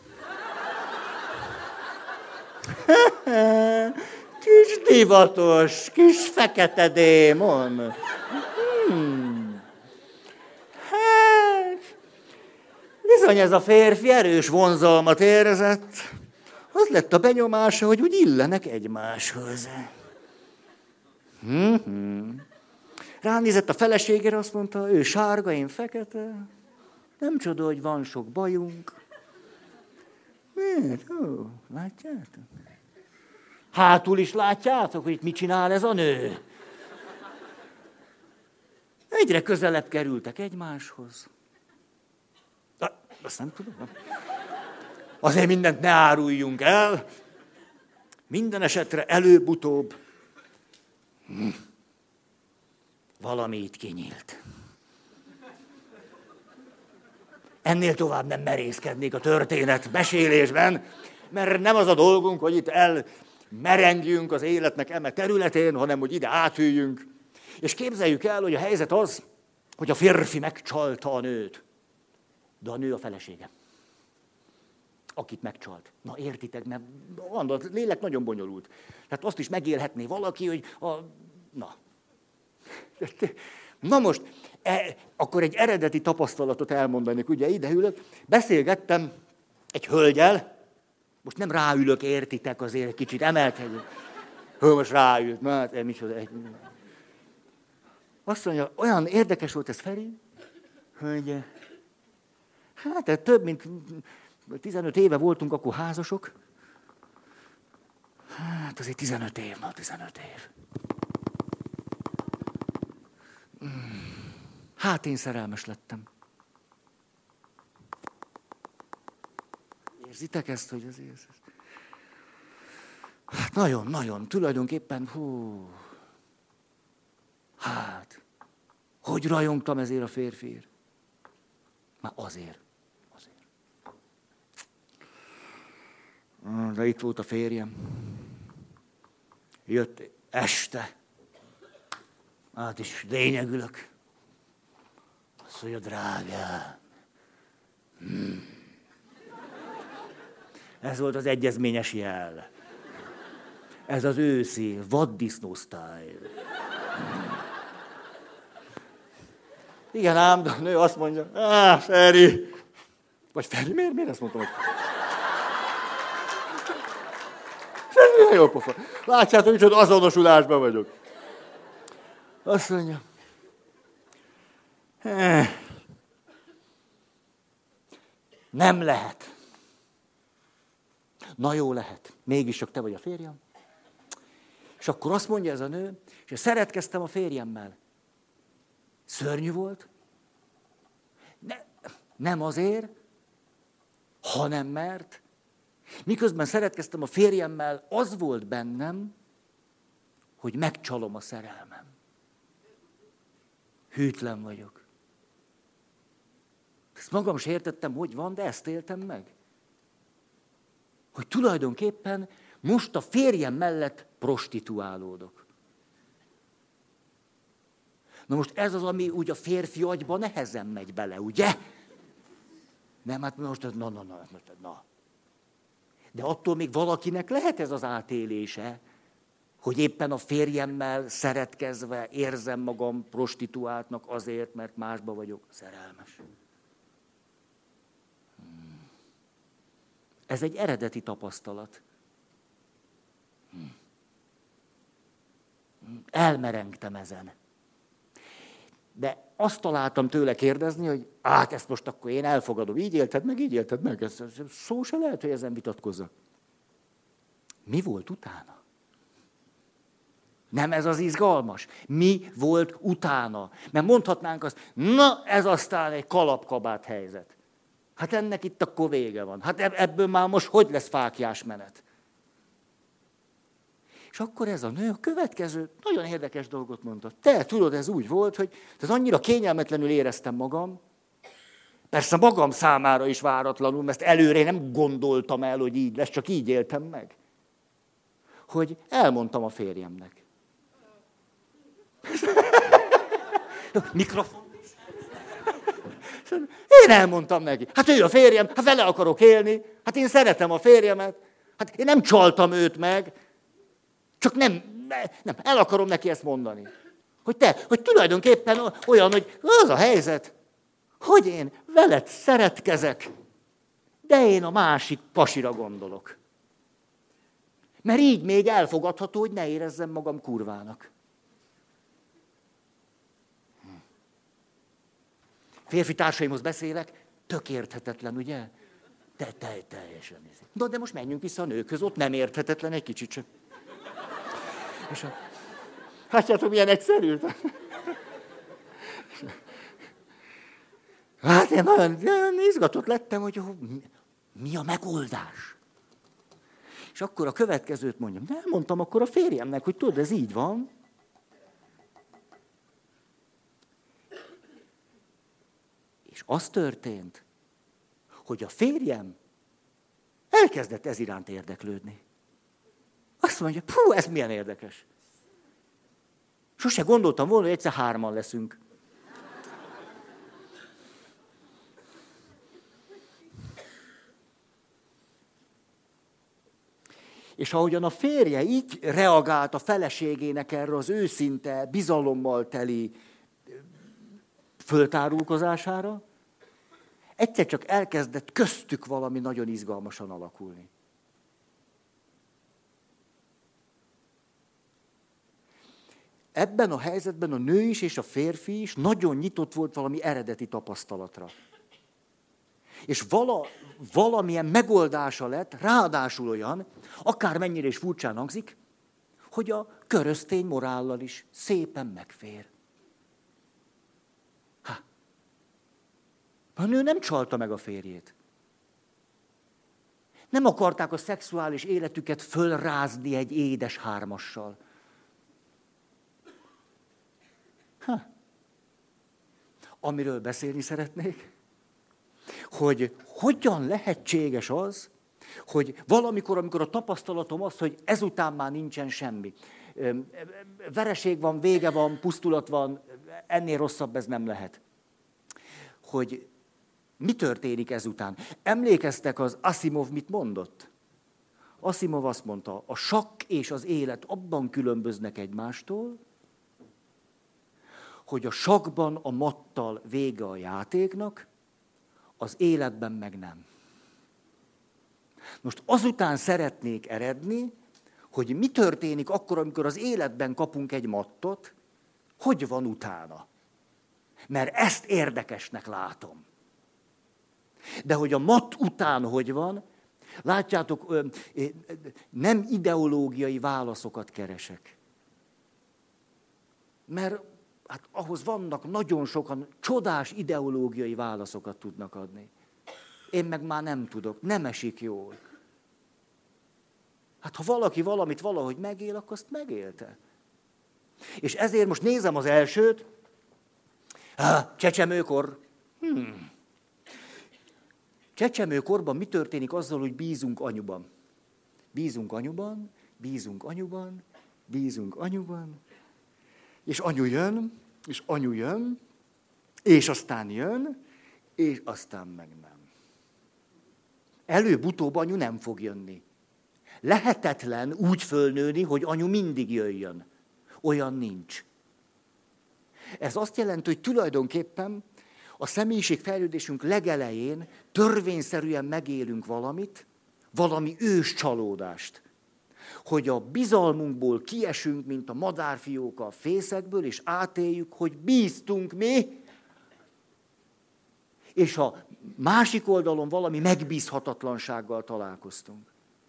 Kis divatos, kis fekete démon. Hmm. Hát, bizony ez a férfi erős vonzalmat érzett. Az lett a benyomása, hogy úgy illenek egymáshoz. Hmm. Ránézett a feleségére, azt mondta, ő sárga, én fekete. Nem csoda, hogy van sok bajunk. Miért? Ó, látjátok? Hátul is látjátok, hogy itt mit csinál ez a nő? Egyre közelebb kerültek egymáshoz. Azt nem tudom. Azért mindent ne áruljunk el. Minden esetre előbb-utóbb hm, valami itt kinyílt. Ennél tovább nem merészkednék a történet mesélésben, mert nem az a dolgunk, hogy itt elmerengjünk az életnek eme területén, hanem hogy ide átüljünk. És képzeljük el, hogy a helyzet az, hogy a férfi megcsalta a nőt, de a nő a felesége, akit megcsalt. Na értitek, mert a lélek nagyon bonyolult. Tehát azt is megélhetné valaki, hogy a... Na. Na most, e, akkor egy eredeti tapasztalatot elmondanék, ugye ide ülök, beszélgettem egy hölgyel, most nem ráülök, értitek, azért egy kicsit emelkedjük. Hő, most ráült, na hát micsoda. Azt mondja, olyan érdekes volt ez, Feri, hogy hát több mint tizenöt éve voltunk akkor házasok. Hát azért tizenöt év, na tizenöt év. Hát én szerelmes lettem. Érzitek ezt, hogy ez ez? Hát nagyon, nagyon, tulajdonképpen, hú. Hát, hogy rajongtam ezért a férfiért? Már azért, azért. De itt volt a férjem. Jött este. Hát is lényegülök. Azt mondja, drágám. Hmm. Ez volt az egyezményes jel. Ez az őszi vaddisznó style. Hmm. Igen ám, de a nő azt mondja, á, Feri. Vagy Feri, miért, miért azt mondtam, hogy... Feri, jó pofa. Látjátok, micsoda azonosulásban vagyok. Azt mondja, Nem lehet. Na jó, lehet. Mégis csak te vagy a férjem. És akkor azt mondja ez a nő, és szeretkeztem a férjemmel. Szörnyű volt. Ne, nem azért, hanem mert, miközben szeretkeztem a férjemmel, az volt bennem, hogy megcsalom a szerelmem. Hűtlen vagyok. Ezt magam sem értettem, hogy van, de ezt éltem meg. Hogy tulajdonképpen most a férjem mellett prostituálódok. Na most ez az, ami úgy a férfi agyba nehezen megy bele, ugye? Nem, hát most, na, na, na, na. De attól még valakinek lehet ez az átélése, hogy éppen a férjemmel szeretkezve érzem magam prostituáltnak azért, mert másba vagyok szerelmes. Hmm. Ez egy eredeti tapasztalat. Hmm. Elmerengtem ezen. De azt találtam tőle kérdezni, hogy át ezt most akkor én elfogadom. Így élted meg, így élted meg. Ez, ez, szó se lehet, hogy ezen vitatkozzak. Mi volt utána? Nem ez az izgalmas? Mi volt utána? Mert mondhatnánk azt, na ez aztán egy kalapkabát helyzet. Hát ennek itt akkor vége van. Hát ebből már most hogy lesz fáklyás menet? És akkor ez a nő a következő nagyon érdekes dolgot mondta. Te tudod, ez úgy volt, hogy ez annyira kényelmetlenül éreztem magam, persze magam számára is váratlanul, mert előre nem gondoltam el, hogy így lesz, csak így éltem meg. Hogy elmondtam a férjemnek. Mikrofon. Én elmondtam neki. Hát ő a férjem, hát vele akarok élni, hát én szeretem a férjemet, hát én nem csaltam őt meg, csak nem, nem, el akarom neki ezt mondani. Hogy te, hogy tulajdonképpen olyan, hogy az a helyzet, hogy én veled szeretkezek, de én a másik pasira gondolok. Mert így még elfogadható, hogy ne érezzem magam kurvának. Férfi társaimhoz beszélek, tök érthetetlen, ugye? Te, te, teljesen. Na, de most menjünk vissza a nőkhöz, ott nem érthetetlen egy kicsit csak. És a... Látjátok, milyen egyszerű? Hát én nagyon, nagyon izgatott lettem, hogy mi a megoldás. És akkor a következőt mondjam. Nem mondtam akkor a férjemnek, hogy tudod, ez így van. És az történt, hogy a férjem elkezdett ez iránt érdeklődni. Azt mondja, hú, ez milyen érdekes. Sose gondoltam volna, hogy egyszer hárman leszünk. És ahogyan a férje így reagált a feleségének erre az őszinte, bizalommal teli föltárulkozására, egyszer csak elkezdett köztük valami nagyon izgalmasan alakulni. Ebben a helyzetben a nő is és a férfi is nagyon nyitott volt valami eredeti tapasztalatra. És vala, valamilyen megoldása lett, ráadásul olyan, akármennyire is furcsán hangzik, hogy a köröztény morállal is szépen megfér. Ha. A nő nem csalta meg a férjét. Nem akarták a szexuális életüket fölrázni egy édes hármassal. Ha. Amiről beszélni szeretnék, hogy hogyan lehetséges az, hogy valamikor, amikor a tapasztalatom az, hogy ezután már nincsen semmi. Vereség van, vége van, pusztulat van, ennél rosszabb ez nem lehet. Hogy mi történik ezután? Emlékeztek, az Asimov mit mondott? Asimov azt mondta, a sakk és az élet abban különböznek egymástól, hogy a sakkban a mattal vége a játéknak, az életben meg nem. Most azután szeretnék eredni, hogy mi történik akkor, amikor az életben kapunk egy mattot, hogy van utána. Mert ezt érdekesnek látom. De hogy a mat után hogy van, látjátok, nem ideológiai válaszokat keresek. Mert hát ahhoz vannak nagyon sokan, csodás ideológiai válaszokat tudnak adni. Én meg már nem tudok, nem esik jól. Hát ha valaki valamit valahogy megél, akkor azt megélte. És ezért most nézem az elsőt, Há, csecsemőkor. Hmm. Csecsemőkorban mi történik azzal, hogy bízunk anyuban? Bízunk anyuban, bízunk anyuban, bízunk anyuban, és anyu jön, és anyu jön, és aztán jön, és aztán meg nem. Előbb-utóbb anyu nem fog jönni. Lehetetlen úgy fölnőni, hogy anyu mindig jöjjön. Olyan nincs. Ez azt jelenti, hogy tulajdonképpen a személyiségfejlődésünk legelején törvényszerűen megélünk valamit, valami ős csalódást. Hogy a bizalmunkból kiesünk, mint a madárfióka a fészekből, és átéljük, hogy bíztunk mi, és a másik oldalon valami megbízhatatlansággal találkoztunk.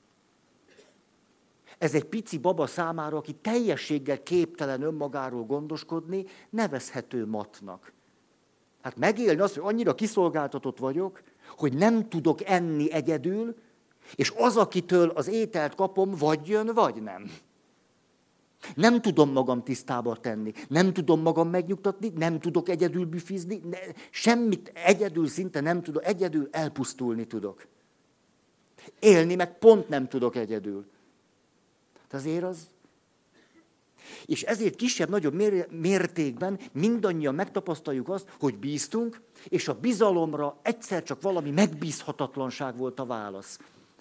Ez egy pici baba számára, aki teljességgel képtelen önmagáról gondoskodni, nevezhető matnak. Hát megélni azt, hogy annyira kiszolgáltatott vagyok, hogy nem tudok enni egyedül, és az, akitől az ételt kapom, vagy jön, vagy nem. Nem tudom magam tisztába tenni, nem tudom magam megnyugtatni, nem tudok egyedül büfizni, ne, semmit egyedül szinte nem tudok, egyedül elpusztulni tudok. Élni meg pont nem tudok egyedül. Azért az... És ezért kisebb-nagyobb mértékben mindannyian megtapasztaljuk azt, hogy bíztunk, és a bizalomra egyszer csak valami megbízhatatlanság volt a válasz.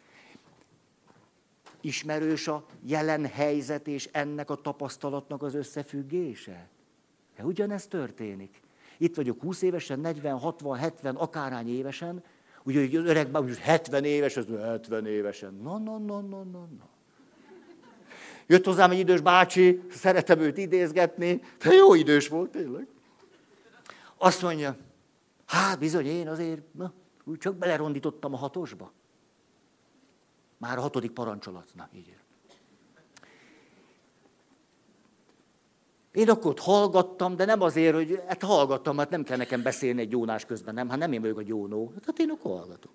Ismerős a jelen helyzet és ennek a tapasztalatnak az összefüggése? De ugyanez történik. Itt vagyok húsz évesen, negyven, hatvan, hetven, akárhány évesen, ugye az öregben, úgy hetven éves, az hetven évesen. Na, na, na, na, na, na. Jött hozzám egy idős bácsi, szeretem őt idézgetni, de jó idős volt tényleg. Azt mondja, hát bizony én azért, na, úgy csak belerondítottam a hatosba. Már a hatodik parancsolat, na így. Én akkor ott hallgattam, de nem azért, hogy hát hallgattam, hát nem kell nekem beszélni egy gyónás közben, nem, hát nem én vagyok a gyónó, hát én akkor hallgatom.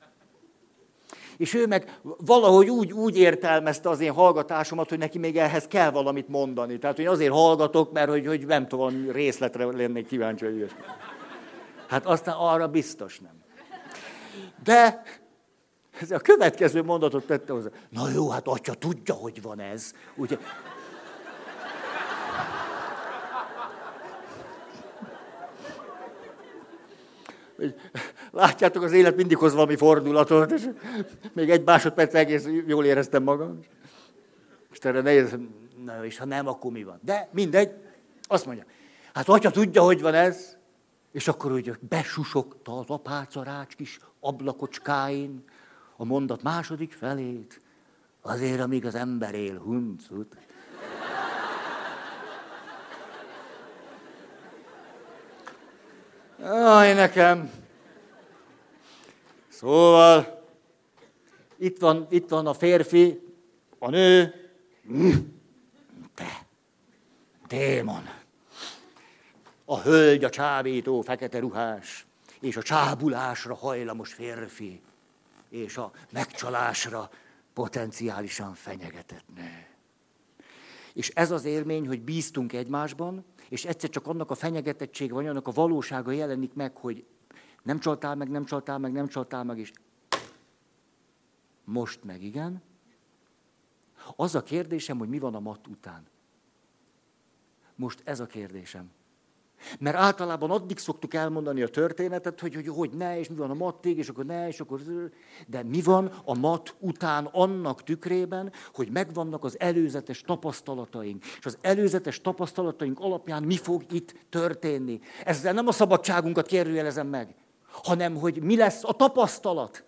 És ő meg valahogy úgy, úgy értelmezte az én hallgatásomat, hogy neki még ehhez kell valamit mondani. Tehát, hogy azért hallgatok, mert hogy, hogy nem tudom, részletre lennék kíváncsi, hogy ilyesmi. Hát aztán arra biztos nem. De ez a következő mondatot tette hozzá. Na jó, hát atya tudja, hogy van ez. Ugye... Látjátok, az élet mindig hoz valami fordulatot, és még egy másodperc egész jól éreztem magam. És erre nehéz, na és ha nem, akkor mi van? De mindegy, azt mondja, hát atya tudja, hogy van ez, és akkor úgy besusogta az apácarács kis ablakocskáin a mondat második felét, azért, amíg az ember él, huncut. Aj, nekem. Szóval, itt van, itt van a férfi, a nő, te, démon. A hölgy, a csábító, fekete ruhás, és a csábulásra hajlamos férfi, és a megcsalásra potenciálisan fenyegetett nő. És ez az élmény, hogy bíztunk egymásban, és egyszer csak annak a fenyegetettsége, vagy annak a valósága jelenik meg, hogy nem csaltál meg, nem csaltál meg, nem csaltál meg, és most meg igen. Az a kérdésem, hogy mi van a mat után. Most ez a kérdésem. Mert általában addig szoktuk elmondani a történetet, hogy, hogy, hogy ne, és mi van a mattig, és akkor ne, és akkor... De mi van a mat után annak tükrében, hogy megvannak az előzetes tapasztalataink. És az előzetes tapasztalataink alapján mi fog itt történni. Ezzel nem a szabadságunkat kérdőjelezem meg, hanem hogy mi lesz a tapasztalat,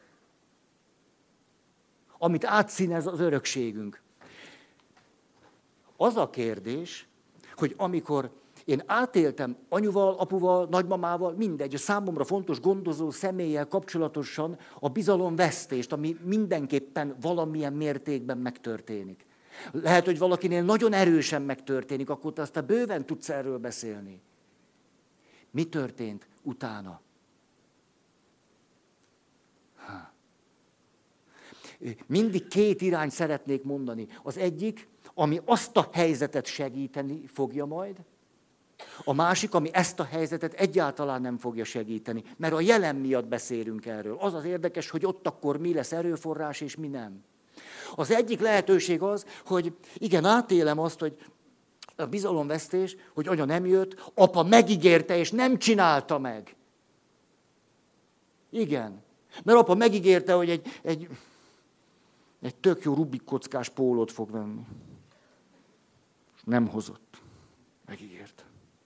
amit átszínez az örökségünk. Az a kérdés, hogy amikor Én átéltem anyuval, apuval, nagymamával, mindegy, a számomra fontos gondozó személlyel kapcsolatosan a bizalomvesztést, ami mindenképpen valamilyen mértékben megtörténik. Lehet, hogy valakinél nagyon erősen megtörténik, akkor te aztán bőven tudsz erről beszélni. Mi történt utána? Ha. Mindig két irányt szeretnék mondani. Az egyik, ami azt a helyzetet segíteni fogja majd, a másik, ami ezt a helyzetet egyáltalán nem fogja segíteni, mert a jelen miatt beszélünk erről. Az az érdekes, hogy ott akkor mi lesz erőforrás, és mi nem. Az egyik lehetőség az, hogy igen, átélem azt, hogy a bizalomvesztés, hogy anya nem jött, apa megígérte, és nem csinálta meg. Igen. Mert apa megígérte, hogy egy, egy, egy tök jó Rubik kockás pólót fog venni. Nem hozott. Megígérte.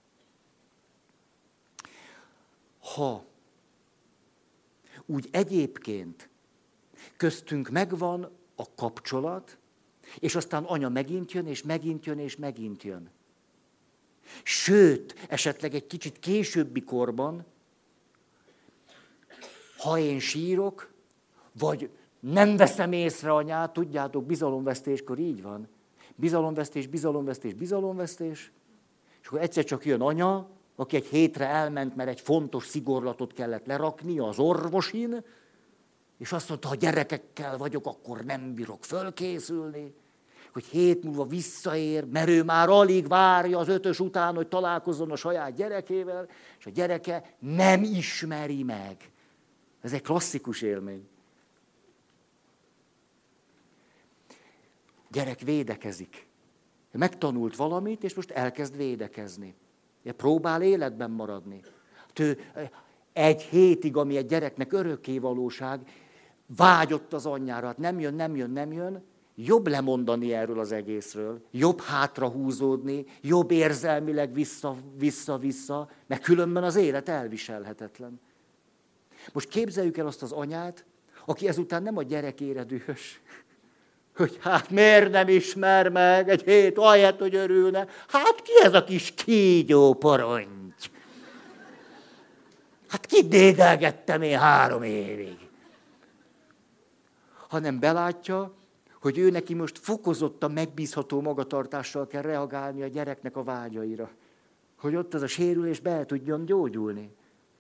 Ha úgy egyébként köztünk megvan a kapcsolat, és aztán anya megint jön, és megint jön, és megint jön. Sőt, esetleg egy kicsit későbbi korban, ha én sírok, vagy nem veszem észre anyát, tudjátok, bizalomvesztéskor így van. Bizalomvesztés, bizalomvesztés, bizalomvesztés, és akkor egyszer csak jön anya, aki egy hétre elment, mert egy fontos szigorlatot kellett lerakni az orvosin, és azt mondta, ha gyerekekkel vagyok, akkor nem bírok fölkészülni, hogy hét múlva visszaér, mert ő már alig várja az ötös után, hogy találkozzon a saját gyerekével, és a gyereke nem ismeri meg. Ez egy klasszikus élmény. Gyerek védekezik. Megtanult valamit, és most elkezd védekezni. Próbál életben maradni. Ő egy hétig, ami egy gyereknek örökké valóság, vágyott az anyjára, hát nem jön, nem jön, nem jön, jobb lemondani erről az egészről, jobb hátrahúzódni, jobb érzelmileg vissza, vissza, vissza, mert különben az élet elviselhetetlen. Most képzeljük el azt az anyát, aki ezután nem a gyerekére dühös, hogy hát miért nem ismer meg egy hét, ahelyett, hogy örülne, hát ki ez a kis kígyó poronty? Hát kit dédelgettem én három évig? Hanem belátja, hogy ő neki most fokozottan megbízható magatartással kell reagálni a gyereknek a vágyaira. Hogy ott az a sérülés be tudjon gyógyulni.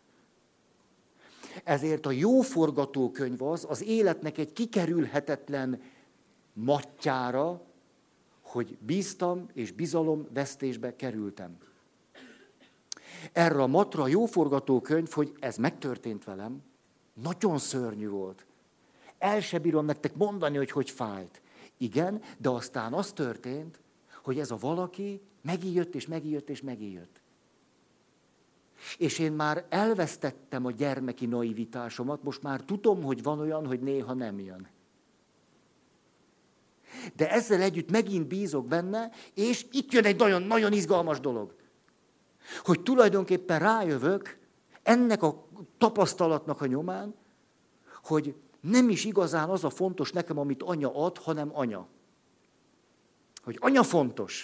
Ezért a jó forgatókönyv az, az életnek egy kikerülhetetlen mattyára, hogy bíztam és bizalomvesztésbe kerültem. Erre a matra a jó forgatókönyv, hogy ez megtörtént velem, nagyon szörnyű volt. El se bírom nektek mondani, hogy hogy fájt. Igen, de aztán az történt, hogy ez a valaki megijött, és megijött, és megijött. És én már elvesztettem a gyermeki naivitásomat, most már tudom, hogy van olyan, hogy néha nem jön. De ezzel együtt megint bízok benne, és itt jön egy nagyon, nagyon izgalmas dolog. Hogy tulajdonképpen rájövök ennek a tapasztalatnak a nyomán, hogy nem is igazán az a fontos nekem, amit anya ad, hanem anya. Hogy anya fontos.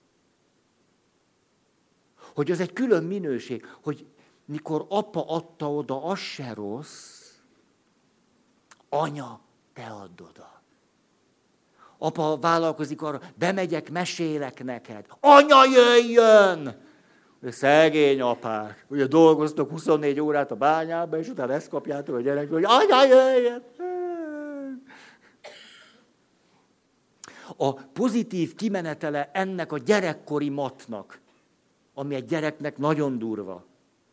Hogy az egy külön minőség, hogy mikor apa adta oda, az se rossz, anya, te add oda. Apa vállalkozik arra, bemegyek, mesélek neked. Anya, jöjjön! Szegény apák. Ugye dolgoztok huszonnégy órát a bányába, és utána ezt kapjátok a gyerekről, hogy anya, jöjjön! A pozitív kimenetele ennek a gyerekkori matnak, ami egy gyereknek nagyon durva,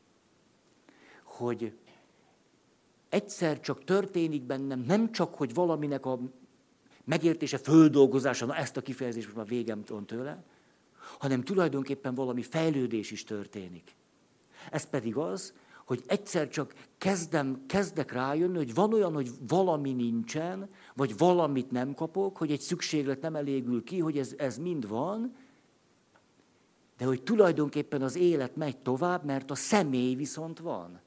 hogy egyszer csak történik bennem, nem csak, hogy valaminek a megértése, földolgozása, na ezt a kifejezést most már végem van tőle, hanem tulajdonképpen valami fejlődés is történik. Ez pedig az, hogy egyszer csak kezdem, kezdek rájönni, hogy van olyan, hogy valami nincsen, vagy valamit nem kapok, hogy egy szükséglet nem elégül ki, hogy ez, ez mind van, de hogy tulajdonképpen az élet megy tovább, mert a személy viszont van.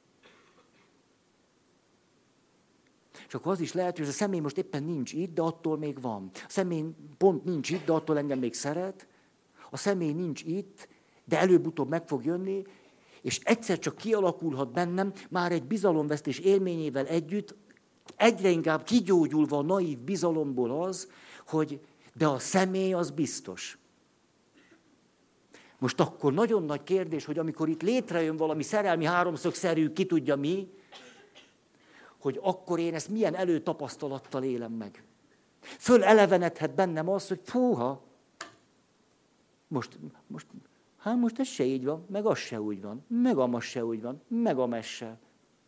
És akkor az is lehet, hogy ez a személy most éppen nincs itt, de attól még van. A személy pont nincs itt, de attól engem még szeret. A személy nincs itt, de előbb-utóbb meg fog jönni, és egyszer csak kialakulhat bennem, már egy bizalomvesztés élményével együtt, egyre inkább kigyógyulva a naív bizalomból az, hogy de a személy az biztos. Most akkor nagyon nagy kérdés, hogy amikor itt létrejön valami szerelmi háromszögszerű, ki tudja mi, hogy akkor én ezt milyen előtapasztalattal élem meg. Fölelevenedhet bennem az, hogy fúha, most, most, hát most ez se így van, meg az se úgy van, meg amaz se úgy van, meg amaz se.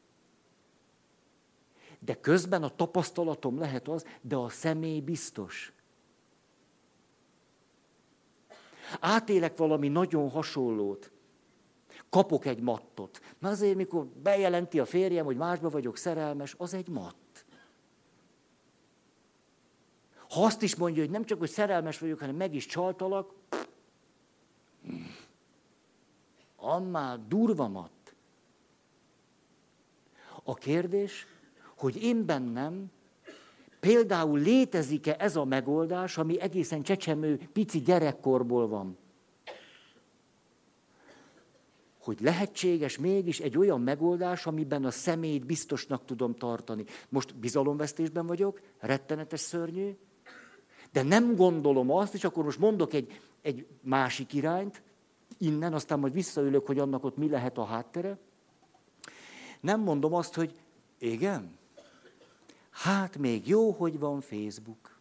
De közben a tapasztalatom lehet az, de a személy biztos. Átélek valami nagyon hasonlót. Kapok egy mattot. Mert azért, mikor bejelenti a férjem, hogy másba vagyok szerelmes, az egy matt. Ha azt is mondja, hogy nem csak, hogy szerelmes vagyok, hanem meg is csaltalak, annál durva matt. A kérdés, hogy én bennem például létezik-e ez a megoldás, ami egészen csecsemő, pici gyerekkorból van. Hogy lehetséges mégis egy olyan megoldás, amiben a személyt biztosnak tudom tartani. Most bizalomvesztésben vagyok, rettenetes szörnyű, de nem gondolom azt, és akkor most mondok egy, egy másik irányt, innen, aztán majd visszaülök, hogy annak ott mi lehet a háttere. Nem mondom azt, hogy igen, hát még jó, hogy van Facebook.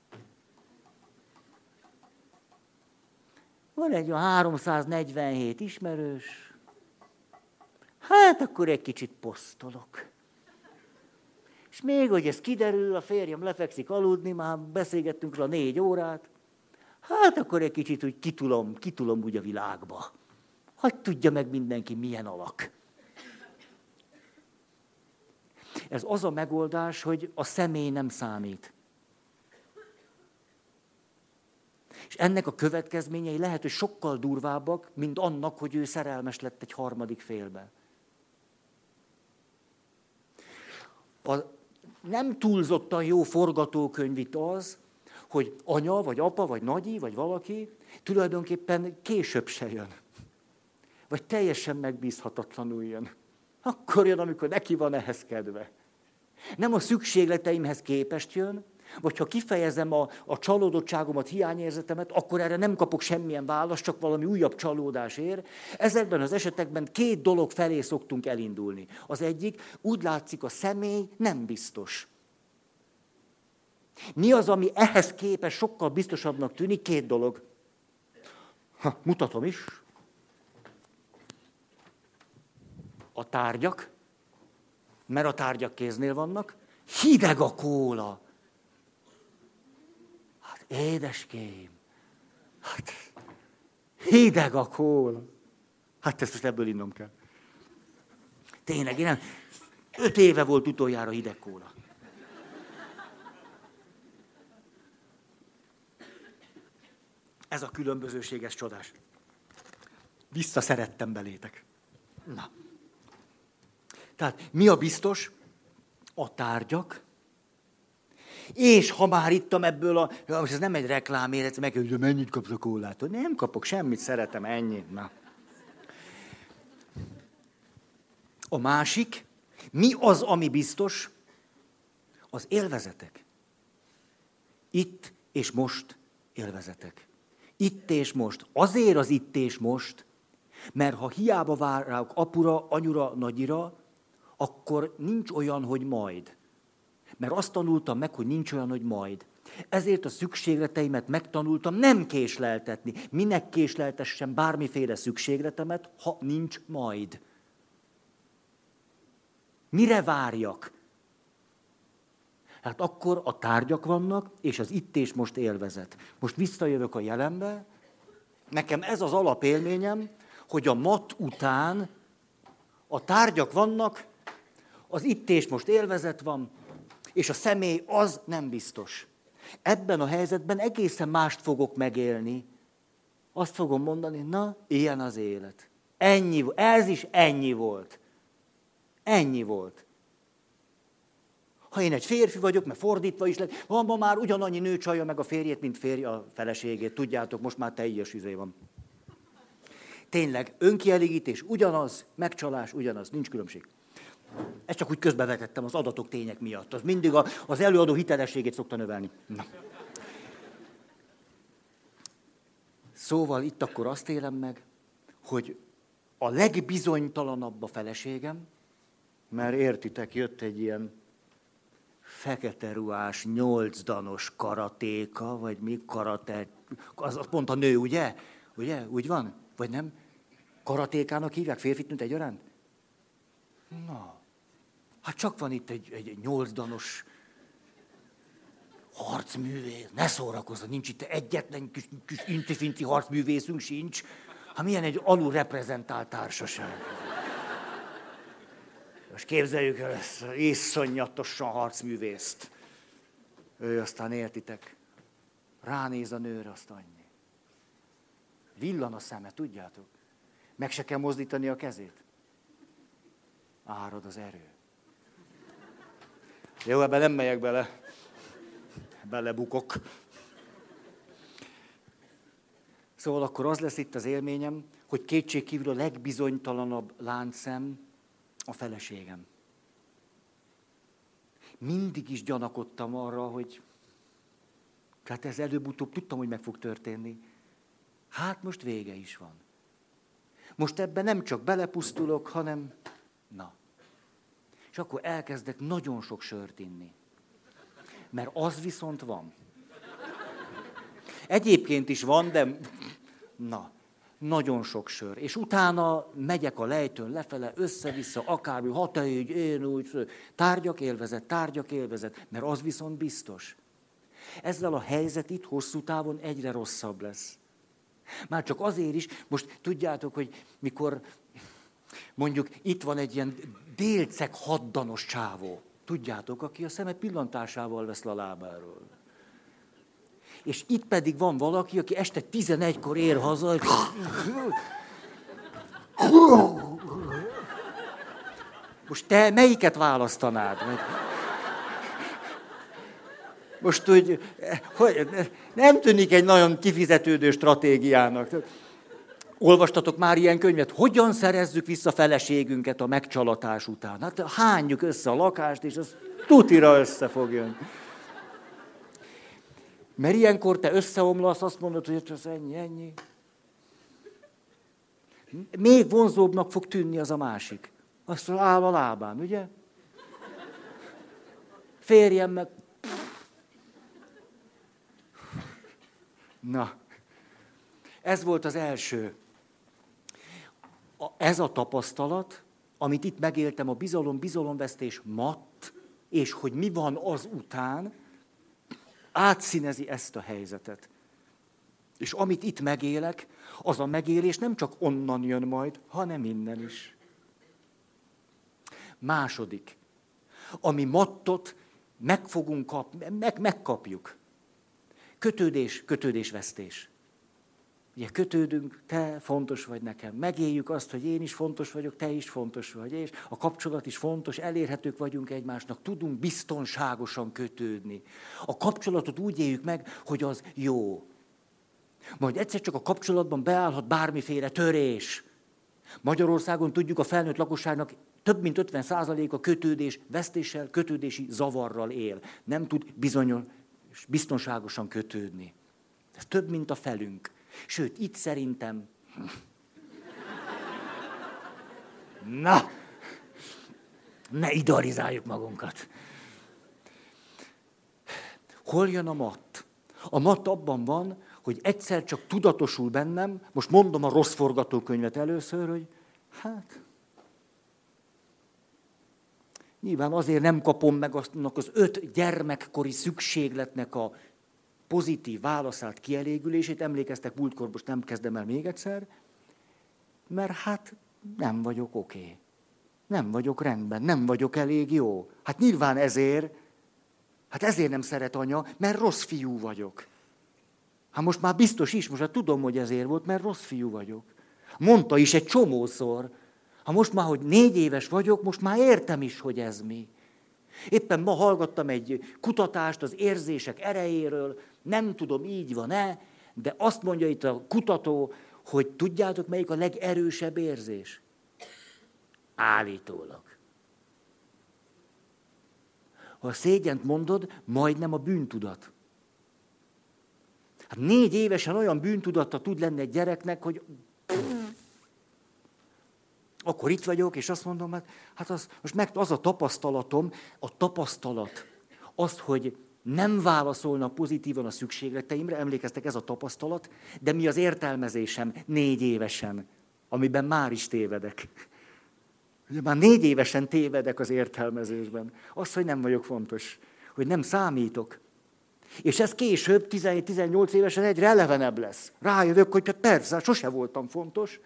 Van egy olyan háromszáznegyvenhét ismerős, hát akkor egy kicsit posztolok. És még, hogy ez kiderül, a férjem lefekszik aludni, már beszélgettünk rá négy órát, hát akkor egy kicsit úgy kitulom, kitulom úgy a világba. Hogy tudja meg mindenki, milyen alak. Ez az a megoldás, hogy a személy nem számít. És ennek a következményei lehet, hogy sokkal durvábbak, mint annak, hogy ő szerelmes lett egy harmadik félbe. A nem túlzottan jó forgatókönyv itt az, hogy anya, vagy apa, vagy nagyi, vagy valaki tulajdonképpen később se jön. Vagy teljesen megbízhatatlanul jön. Akkor jön, amikor neki van ehhez kedve. Nem a szükségleteimhez képest jön, vagy ha kifejezem a, a csalódottságomat, hiányérzetemet, akkor erre nem kapok semmilyen választ, csak valami újabb csalódás ér. Ezekben az esetekben két dolog felé szoktunk elindulni. Az egyik, úgy látszik, a személy nem biztos. Mi az, ami ehhez képest sokkal biztosabbnak tűnik? Két dolog. Ha, mutatom is. A tárgyak, mert a tárgyak kéznél vannak, hideg a kóla. Hát édeském, hát hideg a kóla. Hát ezt most ebből innom kell. Tényleg, én nem, öt éve volt utoljára hideg kóla. Ez a különbözőség, ez csodás. Visszaszerettem belétek. Na. Tehát mi a biztos? A tárgyak. És ha már ittam ebből a... Most ez nem egy reklám, érez meg, hogy mennyit kapsz a kólától. Nem kapok semmit, szeretem, ennyi. Na. A másik, mi az, ami biztos? Az élvezetek. Itt és most élvezetek. Itt és most. Azért az itt és most, mert ha hiába várok apura, anyura, nagyira, akkor nincs olyan, hogy majd. Mert azt tanultam meg, hogy nincs olyan, hogy majd. Ezért a szükségleteimet megtanultam nem késleltetni. Minek késleltessem bármiféle szükségletemet, ha nincs majd? Mire várjak? Hát akkor a tárgyak vannak, és az itt és most élvezet. Most visszajövök a jelenbe. Nekem ez az alapélményem, hogy a mat után a tárgyak vannak, az itt és most élvezet van, és a személy az nem biztos. Ebben a helyzetben egészen mást fogok megélni. Azt fogom mondani, na, ilyen az élet. Ennyi, ez is ennyi volt. Ennyi volt. Ha én egy férfi vagyok, mert fordítva is lett, van ma már ugyanannyi nő csalja meg a férjét, mint férj a feleségét. Tudjátok, most már teljes izé van. Tényleg, önkielégítés ugyanaz, megcsalás ugyanaz, nincs különbség. Ezt csak úgy közbevetettem az adatok, tények miatt. Az mindig a, az előadó hitelességét szokta növelni. Na. Szóval itt akkor azt élem meg, hogy a legbizonytalanabb a feleségem, mert értitek, jött egy ilyen fekete ruhás, nyolcdanos karatéka, vagy mi karate, az, az pont a nő, ugye? Ugye? Úgy van? Vagy nem? Karatékának hívják férfit, nőt egyaránt? Na, hát csak van itt egy, egy nyolcdanos harcművész. Ne szórakozzon, nincs itt egyetlen kis, kis intifinti harcművészünk sincs. Hát milyen egy alulreprezentált társaság. Most képzeljük el ezt iszonyatosan harcművészt. Ő aztán értitek, ránéz a nőre, azt annyi. Villan a szeme, tudjátok? Meg se kell mozdítani a kezét. Árad az erő. Jó, ebben nem megyek bele. Belebukok. Szóval akkor az lesz itt az élményem, hogy kétségkívül a legbizonytalanabb láncszem a feleségem. Mindig is gyanakodtam arra, hogy tehát ez előbb-utóbb tudtam, hogy meg fog történni. Hát most vége is van. Most ebben nem csak belepusztulok, hanem na. És akkor elkezdek nagyon sok sört inni. Mert az viszont van. Egyébként is van, de na, nagyon sok sör. És utána megyek a lejtőn lefele, össze-vissza, akármi, ha te így, én úgy, tárgyak élvezet, tárgyak élvezet, mert az viszont biztos. Ezzel a helyzet itt hosszú távon egyre rosszabb lesz. Már csak azért is, most tudjátok, hogy mikor mondjuk itt van egy ilyen délceg haddanos csávó, tudjátok, aki a szeme pillantásával vesz le a lábáról. És itt pedig van valaki, aki este tizenegykor ér haza, és... Most te melyiket választanád? Most úgy, hogy nem tűnik egy nagyon kifizetődő stratégiának. Olvastatok már ilyen könyvet? Hogyan szerezzük vissza feleségünket a megcsalatás után? Hát hányjuk össze a lakást, és az tutira össze fog jönni. Mert ilyenkor te összeomlasz, azt mondod, hogy ez ennyi, ennyi. Még vonzóbbnak fog tűnni az a másik. Azt áll a lábán, ugye? Férjem meg... Na, ez volt az első. Ez a tapasztalat, amit itt megéltem, a bizalom, bizalomvesztés, matt, és hogy mi van az után, átszínezi ezt a helyzetet. És amit itt megélek, az a megélés nem csak onnan jön majd, hanem innen is. Második, ami mattot meg fogunk kapni, meg, megkapjuk. Kötődés, kötődésvesztés. Ugye kötődünk, te fontos vagy nekem. Megéljük azt, hogy én is fontos vagyok, te is fontos vagy, és a kapcsolat is fontos, elérhetők vagyunk egymásnak, tudunk biztonságosan kötődni. A kapcsolatot úgy éljük meg, hogy az jó. Majd egyszer csak a kapcsolatban beállhat bármiféle törés. Magyarországon tudjuk, a felnőtt lakosságnak több mint ötven százaléka kötődés vesztéssel, kötődési zavarral él. Nem tud bizonyos, biztonságosan kötődni. Ez több, mint a felünk. Sőt, itt szerintem... Na! Ne idealizáljuk magunkat. Hol jön a matt? A matt abban van, hogy egyszer csak tudatosul bennem, most mondom a rossz forgatókönyvet először, hogy hát... Nyilván azért nem kapom meg annak az öt gyermekkori szükségletnek a pozitív válaszát, kielégülését, emlékeztek múltkor, most nem kezdem el még egyszer, mert hát nem vagyok oké. Okay. Nem vagyok rendben, nem vagyok elég jó. Hát nyilván ezért, hát ezért nem szeret anya, mert rossz fiú vagyok. Hát most már biztos is, most már tudom, hogy ezért volt, mert rossz fiú vagyok. Mondta is egy csomószor. Ha most már, hogy négy éves vagyok, most már értem is, hogy ez mi. Éppen ma hallgattam egy kutatást az érzések erejéről, nem tudom, így van-e, de azt mondja itt a kutató, hogy tudjátok, melyik a legerősebb érzés? Állítólag. Ha a szégyent mondod, majdnem a bűntudat. Hát négy évesen olyan bűntudata tud lenni egy gyereknek, hogy akkor itt vagyok, és azt mondom, hát, hát az, most meg az a tapasztalatom, a tapasztalat, az, hogy nem válaszolnak pozitívan a szükségleteimre, emlékeztek, ez a tapasztalat, de mi az értelmezésem négy évesen, amiben már is tévedek. Ugye már négy évesen tévedek az értelmezésben. Az, hogy nem vagyok fontos, hogy nem számítok. És ez később, tizenhét-tizennyolc évesen egyre elevenebb lesz. Rájövök, hogy persze, sose voltam fontos.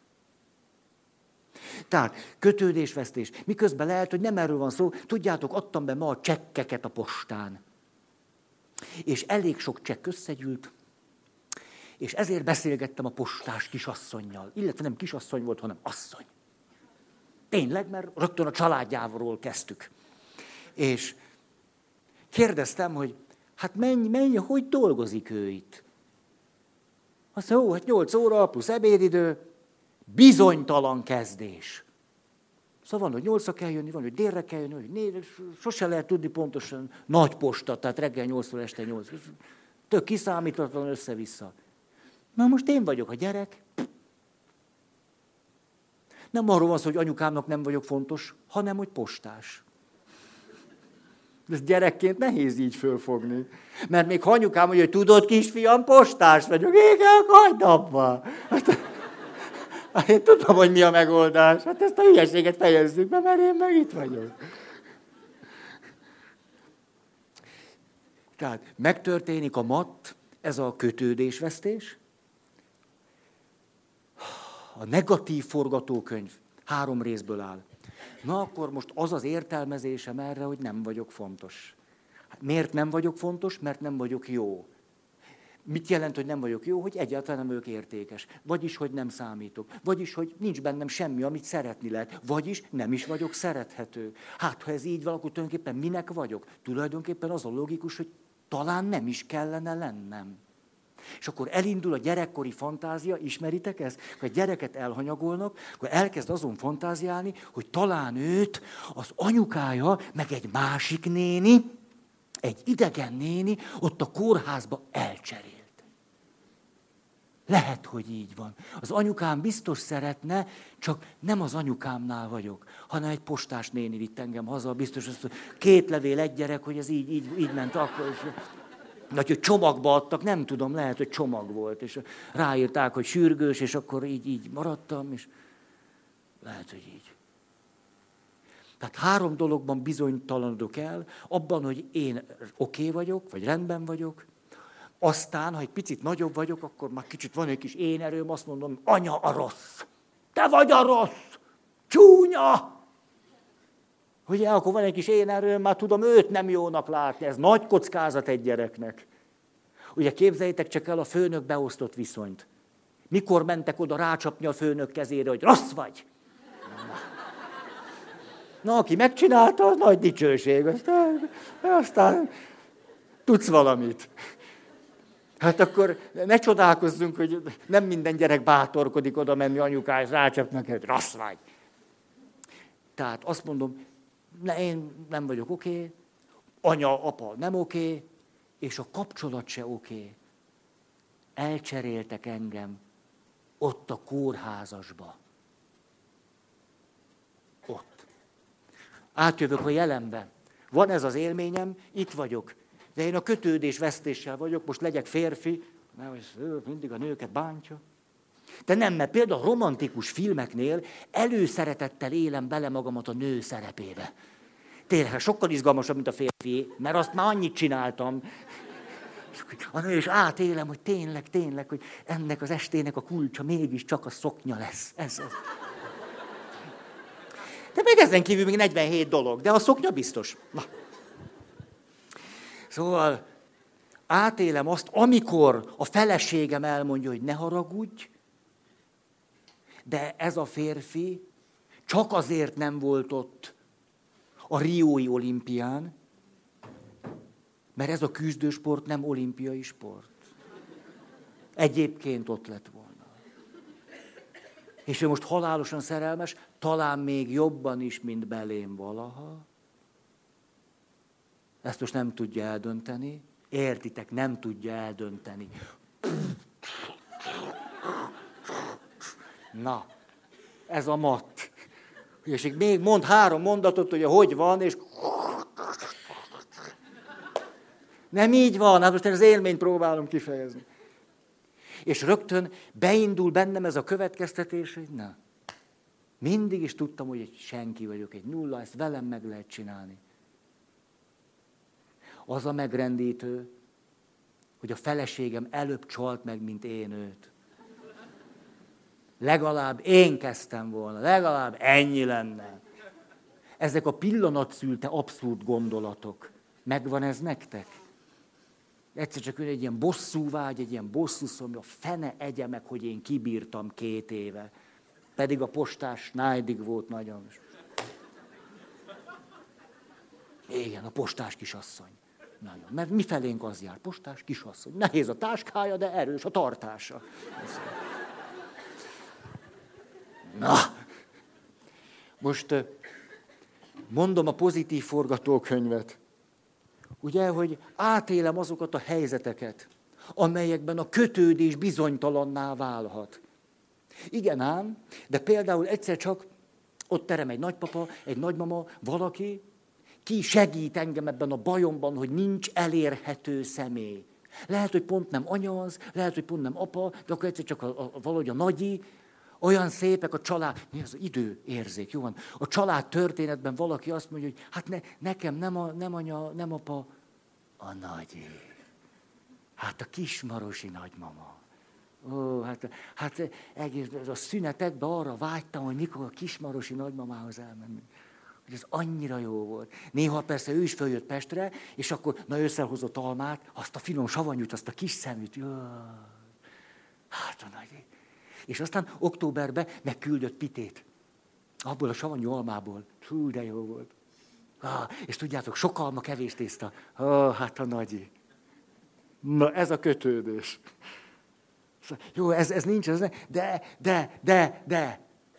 Tehát kötődésvesztés. Miközben lehet, hogy nem erről van szó. Tudjátok, adtam be ma a csekkeket a postán. És elég sok csekk összegyűlt, és ezért beszélgettem a postás kisasszonnyal. Illetve nem kisasszony volt, hanem asszony. Tényleg, mert rögtön a családjáról kezdtük. És kérdeztem, hogy hát mennyi, mennyi, hogy dolgozik ő itt? Azt mondja, ó, hát nyolc óra plusz ebédidő, bizonytalan kezdés. Szóval van, hogy nyolcra kell jönni, van, hogy délre kell jönni, hogy négy, sose lehet tudni pontosan nagy posta, tehát reggel nyolctól este nyolc. Tök kiszámítatlan össze-vissza. Na most én vagyok a gyerek. Nem arról van szó, hogy anyukámnak nem vagyok fontos, hanem hogy postás. De ezt gyerekként nehéz így fölfogni. Mert még ha anyukám mondja, hogy tudod, kisfiam, postás vagyok. Igen, hagyd abba. Hát én tudom, hogy mi a megoldás. Hát ezt a hülyeséget fejezzük be, mert én meg itt vagyok. Tehát megtörténik a matt, ez a kötődésvesztés. A negatív forgatókönyv három részből áll. Na akkor most az az értelmezésem erre, hogy nem vagyok fontos. Hát miért nem vagyok fontos? Mert nem vagyok jó. Mit jelent, hogy nem vagyok jó? Hogy egyáltalán nem vagyok értékes. Vagyis, hogy nem számítok. Vagyis, hogy nincs bennem semmi, amit szeretni lehet. Vagyis nem is vagyok szerethető. Hát, ha ez így van, akkor tulajdonképpen minek vagyok? Tulajdonképpen az a logikus, hogy talán nem is kellene lennem. És akkor elindul a gyerekkori fantázia, ismeritek ezt? Ha egy gyereket elhanyagolnak, akkor elkezd azon fantáziálni, hogy talán őt az anyukája, meg egy másik néni, egy idegen néni ott a kórházba elcserélt. Lehet, hogy így van. Az anyukám biztos szeretne, csak nem az anyukámnál vagyok, hanem egy postás néni vitt engem haza, biztos azt, hogy két levél, egy gyerek, hogy ez így, így, így ment akkor. És... Vagy hogy csomagba adtak, nem tudom, lehet, hogy csomag volt, és ráírták, hogy sürgős, és akkor így, így maradtam, és lehet, hogy így. Tehát három dologban bizonytalanodok el, abban, hogy én oké okay vagyok, vagy rendben vagyok, aztán, ha egy picit nagyobb vagyok, akkor már kicsit van egy kis én erőm, azt mondom, anya a rossz, te vagy a rossz, csúnya! Ugye, akkor van egy kis én erőm, már tudom őt nem jónak látni, ez nagy kockázat egy gyereknek. Ugye képzeljétek csak el a főnök beosztott viszonyt. Mikor mentek oda rácsapni a főnök kezére, hogy rossz vagy? Na, aki megcsinálta, az nagy dicsőség. Aztán, aztán tudsz valamit. Hát akkor ne csodálkozzunk, hogy nem minden gyerek bátorkodik oda menni anyukához, rácsapnak, hogy rossz vagy. Tehát azt mondom, ne, én nem vagyok oké, okay, anya, apa nem oké, okay, és a kapcsolat se oké. Okay. Elcseréltek engem ott a kórházasba. Ott. Átjövök a jelenbe. Van ez az élményem, itt vagyok. De én a kötődésvesztéssel vagyok, most legyek férfi, mert mindig a nőket bántja. De nem, mert például a romantikus filmeknél előszeretettel élem bele magamat a nő szerepébe. Tényleg sokkal izgalmasabb, mint a férfi, mert azt már annyit csináltam. A nő is átélem, hogy tényleg, tényleg, hogy ennek az estének a kulcsa mégiscsak a szoknya lesz. Ez az. De még ezen kívül még negyvenhét dolog, de a szoknya biztos. Na. Szóval átélem azt, amikor a feleségem elmondja, hogy ne haragudj, de ez a férfi csak azért nem volt ott a riói olimpián, mert ez a küzdősport nem olimpiai sport. Egyébként ott lett volna. És ő most halálosan szerelmes, talán még jobban is, mint belém valaha. Ezt most nem tudja eldönteni. Értitek, nem tudja eldönteni. Na, ez a matt. És még mond három mondatot, hogy hogy van, és... Nem így van, hát most az élményt próbálom kifejezni. És rögtön beindul bennem ez a következtetés, hogy na, mindig is tudtam, hogy egy senki vagyok, egy nulla, ezt velem meg lehet csinálni. Az a megrendítő, hogy a feleségem előbb csalt meg, mint én őt. Legalább én kezdtem volna, legalább ennyi lenne. Ezek a pillanat szülte abszurd gondolatok. Megvan ez nektek? Egyszer csak egy ilyen bosszúvágy, egy ilyen bosszuszom, a fene egye meg, hogy én kibírtam két éve. Pedig a postás nájdig volt nagyon. Igen, a postás kisasszony. Nagyon. Mert mi felénk az jár, postás kisasszony. Nehéz a táskája, de erős a tartása. Na, most mondom a pozitív forgatókönyvet. Ugye, hogy átélem azokat a helyzeteket, amelyekben a kötődés bizonytalanná válhat. Igen ám, de például egyszer csak ott terem egy nagypapa, egy nagymama, valaki, ki segít engem ebben a bajomban, hogy nincs elérhető személy. Lehet, hogy pont nem anya az, lehet, hogy pont nem apa, de akkor egyszer csak a, a, valahogy a nagyi, olyan szépek a család, mi az időérzék, jó van? A család történetben valaki azt mondja, hogy hát ne, nekem nem, a, nem anya, nem apa, a nagyi. Hát a kismarosi nagymama. Ó, hát, hát egész a szünetekben arra vágytam, hogy mikor a kismarosi nagymamához elmenni. Hogy ez annyira jó volt. Néha persze ő is följött Pestre, és akkor na összehozott almát, azt a finom savanyút, azt a kis szeműt. Jó, hát a nagyi. És aztán októberben megküldött pitét. Abból a savanyú almából. Hú, de jó volt. Ah, és tudjátok, sok alma, kevés tészta. Ah, hát a nagyi. Na, ez a kötődés. Jó, ez, ez nincs, ez ne, de, de, de, de.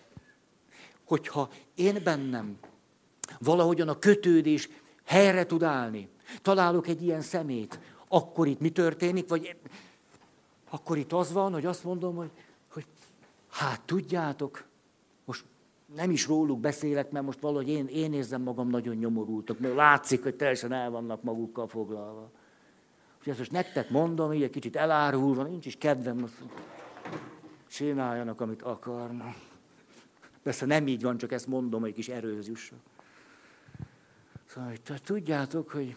Hogyha én bennem valahogyan a kötődés helyre tud állni, találok egy ilyen szemét, akkor itt mi történik, vagy akkor itt az van, hogy azt mondom, hogy, hogy hát tudjátok, most nem is róluk beszélek, mert most valahogy én, én érzem magam nagyon nyomorultok, mert látszik, hogy teljesen el vannak magukkal foglalva. Úgyhogy ezt most nektek mondom, így egy kicsit elárulva, nincs is kedvem, most csináljanak, amit akarnak. Persze nem így van, csak ezt mondom, hogy egy kis erőhöz jussak. Szóval, tudjátok, hogy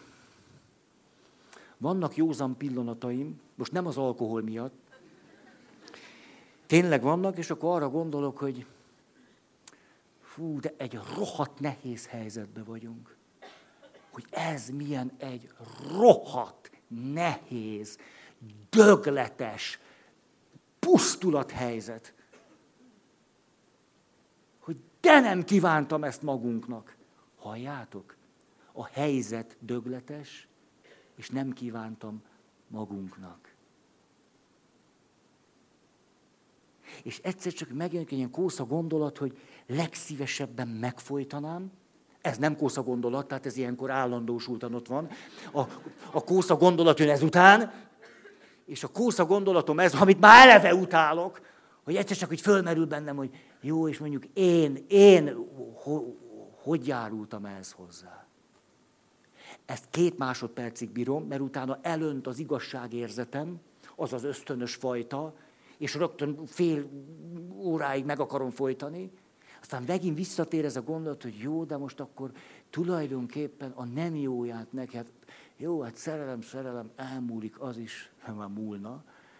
vannak józan pillanataim, most nem az alkohol miatt, tényleg vannak, és akkor arra gondolok, hogy fú, de egy rohadt nehéz helyzetben vagyunk. Hogy ez milyen egy rohadt nehéz, dögletes, pusztulathelyzet. Hogy de nem kívántam ezt magunknak. Halljátok? A helyzet dögletes, és nem kívántam magunknak. És egyszer csak megjelenik egy ilyen kósza gondolat, hogy legszívesebben megfojtanám. Ez nem kósza gondolat, tehát ez ilyenkor állandósultan ott van. A, a kósza gondolat jön ezután, és a kósza gondolatom ez, amit már eleve utálok, hogy egyszer csak úgy fölmerül bennem, hogy jó, és mondjuk én, én, ho, hogy járultam ehhez hozzá. Ezt két másodpercig bírom, mert utána elönt az igazságérzetem, az az ösztönös fajta, és rögtön fél óráig meg akarom folytani. Aztán megint visszatér ez a gondolat, hogy jó, de most akkor tulajdonképpen a nem jóját neked, jó, hát szerelem, szerelem, elmúlik, az is, ha már múlna.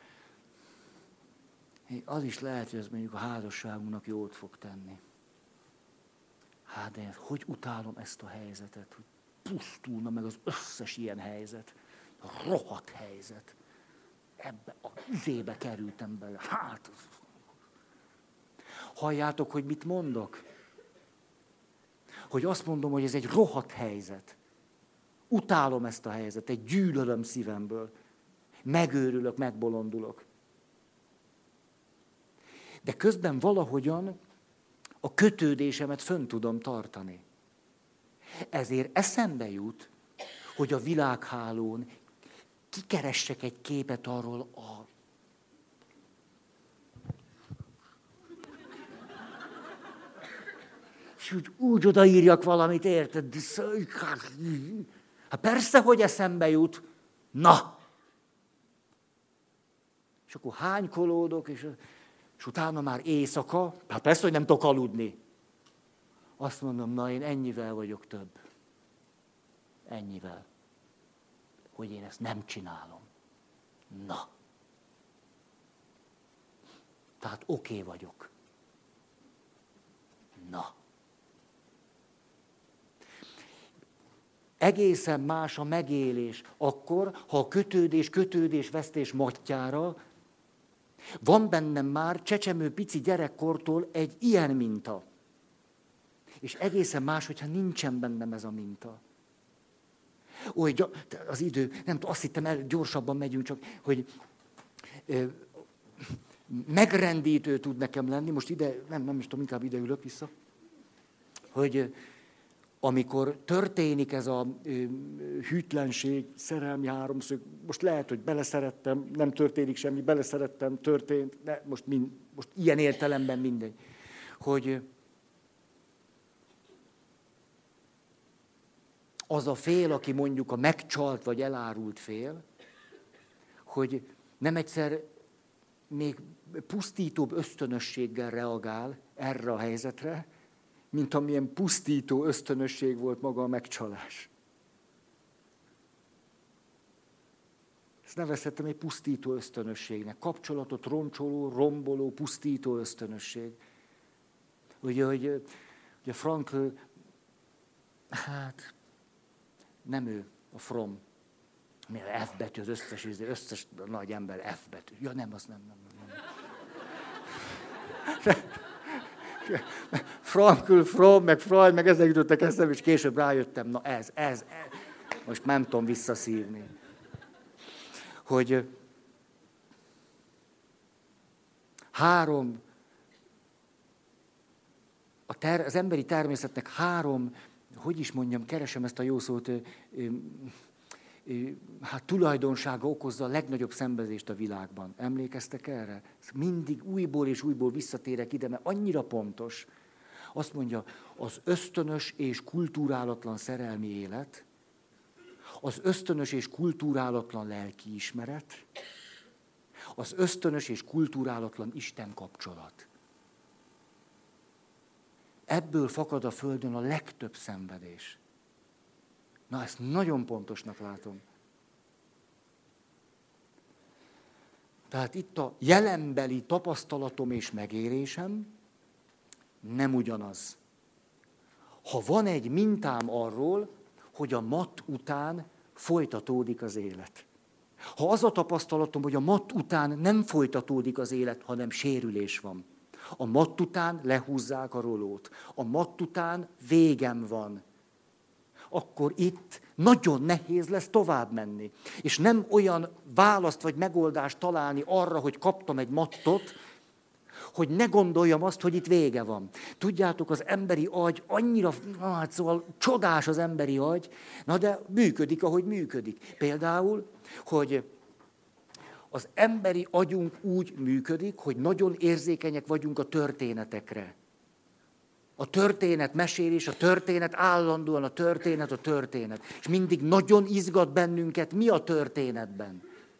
Az is lehet, hogy ez mondjuk a házasságunknak jót fog tenni. Hát de hogy utálom ezt a helyzetet, hogy pusztulna meg az összes ilyen helyzet, a rohadt helyzet. Ebbe a üzébe kerültem bele. Hát, halljátok, hogy mit mondok? Hogy azt mondom, hogy ez egy rohadt helyzet. Utálom ezt a helyzetet, gyűlölöm szívemből. Megőrülök, megbolondulok. De közben valahogyan a kötődésemet fönn tudom tartani. Ezért eszembe jut, hogy a világhálón kikeressek egy képet arról a... És úgy, úgy odaírjak valamit, érted? Hát persze, hogy eszembe jut. Na! És akkor hánykolódok, és, és utána már éjszaka, hát persze, hogy nem tudok aludni. Azt mondom, na én ennyivel vagyok több. Ennyivel. Hogy én ezt nem csinálom. Na. Tehát oké okay vagyok. Na. Egészen más a megélés akkor, ha a kötődés, kötődés, vesztés mattyára van bennem már csecsemő pici gyerekkortól egy ilyen minta. És egészen más, hogyha nincsen bennem ez a minta. Oly, az idő, nem tudom, azt hittem, el, gyorsabban megyünk, csak hogy ö, megrendítő tud nekem lenni, most ide, nem, nem is tudom, inkább ide ülök vissza, hogy amikor történik ez a ö, hűtlenség, szerelmi háromszög, most lehet, hogy beleszerettem, nem történik semmi, beleszerettem, történt, de most, mind, most ilyen értelemben mindegy, hogy az a fél, aki mondjuk a megcsalt vagy elárult fél, hogy nem egyszer még pusztítóbb ösztönösséggel reagál erre a helyzetre, mint amilyen pusztító ösztönösség volt maga a megcsalás. Ezt nevezhetem egy pusztító ösztönösségnek. Kapcsolatot roncsoló, romboló, pusztító ösztönösség. Ugye, hogy, hogy a Frankl, hát nem ő, a Fromm. F betű, az összes, összes nagy ember F betű. Ja, nem, az nem, nem, nem. Frankl, Fromm, meg Freud, meg ezek jutottak eszembe, és később rájöttem, na ez, ez, ez. Most nem tudom visszaszívni. Hogy három, a ter, az emberi természetnek három, hogy is mondjam, keresem ezt a jó szót, ö, ö, ö, hát tulajdonsága okozza a legnagyobb szenvedést a világban. Emlékeztek erre? Mindig újból és újból visszatérek ide, mert annyira pontos. Azt mondja, az ösztönös és kulturálatlan szerelmi élet, az ösztönös és kulturálatlan lelkiismeret, az ösztönös és kulturálatlan Isten kapcsolat. Ebből fakad a Földön a legtöbb szenvedés. Na, ezt nagyon pontosnak látom. Tehát itt a jelenbeli tapasztalatom és megélésem nem ugyanaz. Ha van egy mintám arról, hogy a mat után folytatódik az élet. Ha az a tapasztalatom, hogy a mat után nem folytatódik az élet, hanem sérülés van. A mat után lehúzzák a rolót. A mat után végem van. Akkor itt nagyon nehéz lesz tovább menni. És nem olyan választ vagy megoldást találni arra, hogy kaptam egy mattot, hogy ne gondoljam azt, hogy itt vége van. Tudjátok, az emberi agy annyira, na, hát szóval csodás az emberi agy, na de működik, ahogy működik. Például, hogy az emberi agyunk úgy működik, hogy nagyon érzékenyek vagyunk a történetekre. A történet mesélés, a történet, állandóan a történet, a történet. És mindig nagyon izgat bennünket, mi a történetben.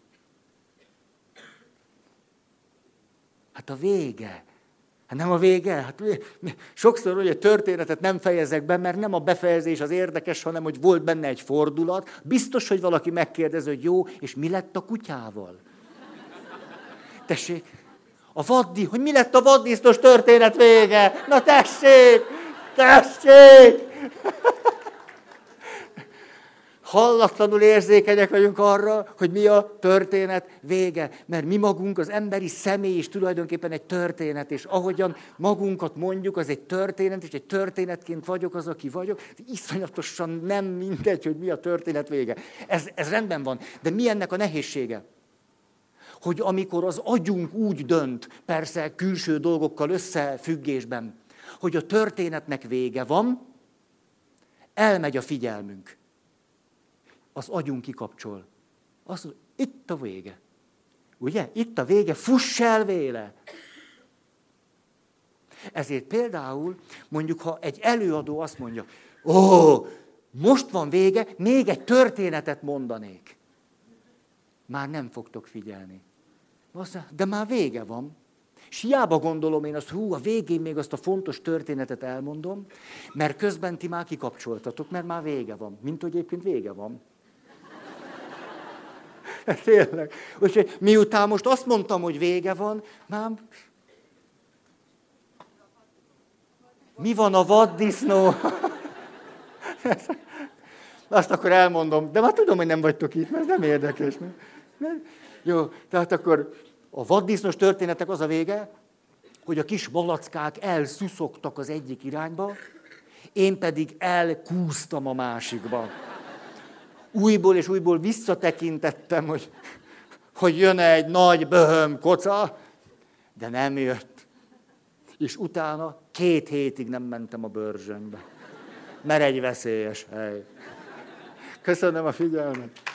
Hát a vége. Hát nem a vége? Hát sokszor hogy a történetet nem fejezek be, mert nem a befejezés az érdekes, hanem hogy volt benne egy fordulat. Biztos, hogy valaki megkérdezi, hogy jó, és mi lett a kutyával? Tessék, a vaddi, hogy mi lett a vaddiztos történet vége? Na tessék, tessék! Hallatlanul érzékenyek vagyunk arra, hogy mi a történet vége. Mert mi magunk, az emberi személy is tulajdonképpen egy történet, és ahogyan magunkat mondjuk, az egy történet, és egy történetként vagyok az, aki vagyok. Iszonyatosan nem mindegy, hogy mi a történet vége. Ez, ez rendben van. De mi ennek a nehézsége? hogy amikor az agyunk úgy dönt, persze külső dolgokkal összefüggésben, hogy a történetnek vége van, elmegy a figyelmünk. Az agyunk kikapcsol. Azt mondja, itt a vége. Ugye? Itt a vége, fuss el véle. Ezért például, mondjuk, ha egy előadó azt mondja, ó, most van vége, még egy történetet mondanék. Már nem fogtok figyelni. Azt mondja, de már vége van. És hiába gondolom én azt, hú, a végén még azt a fontos történetet elmondom, mert közben ti már kikapcsoltatok, mert már vége van. Mint hogy egyébként vége van. Tényleg. Úgyhogy miután most azt mondtam, hogy vége van, már... Mi van a vaddisznó? Azt akkor elmondom, de már tudom, hogy nem vagytok itt, mert ez nem érdekes. Nem? Jó, tehát akkor a vaddisznós történetek az a vége, hogy a kis malackák elszuszogtak az egyik irányba, én pedig elkúztam a másikba. Újból és újból visszatekintettem, hogy, hogy jön egy nagy böhöm koca, de nem jött. És utána két hétig nem mentem a Börzsönybe, mert egy veszélyes hely. Köszönöm a figyelmet.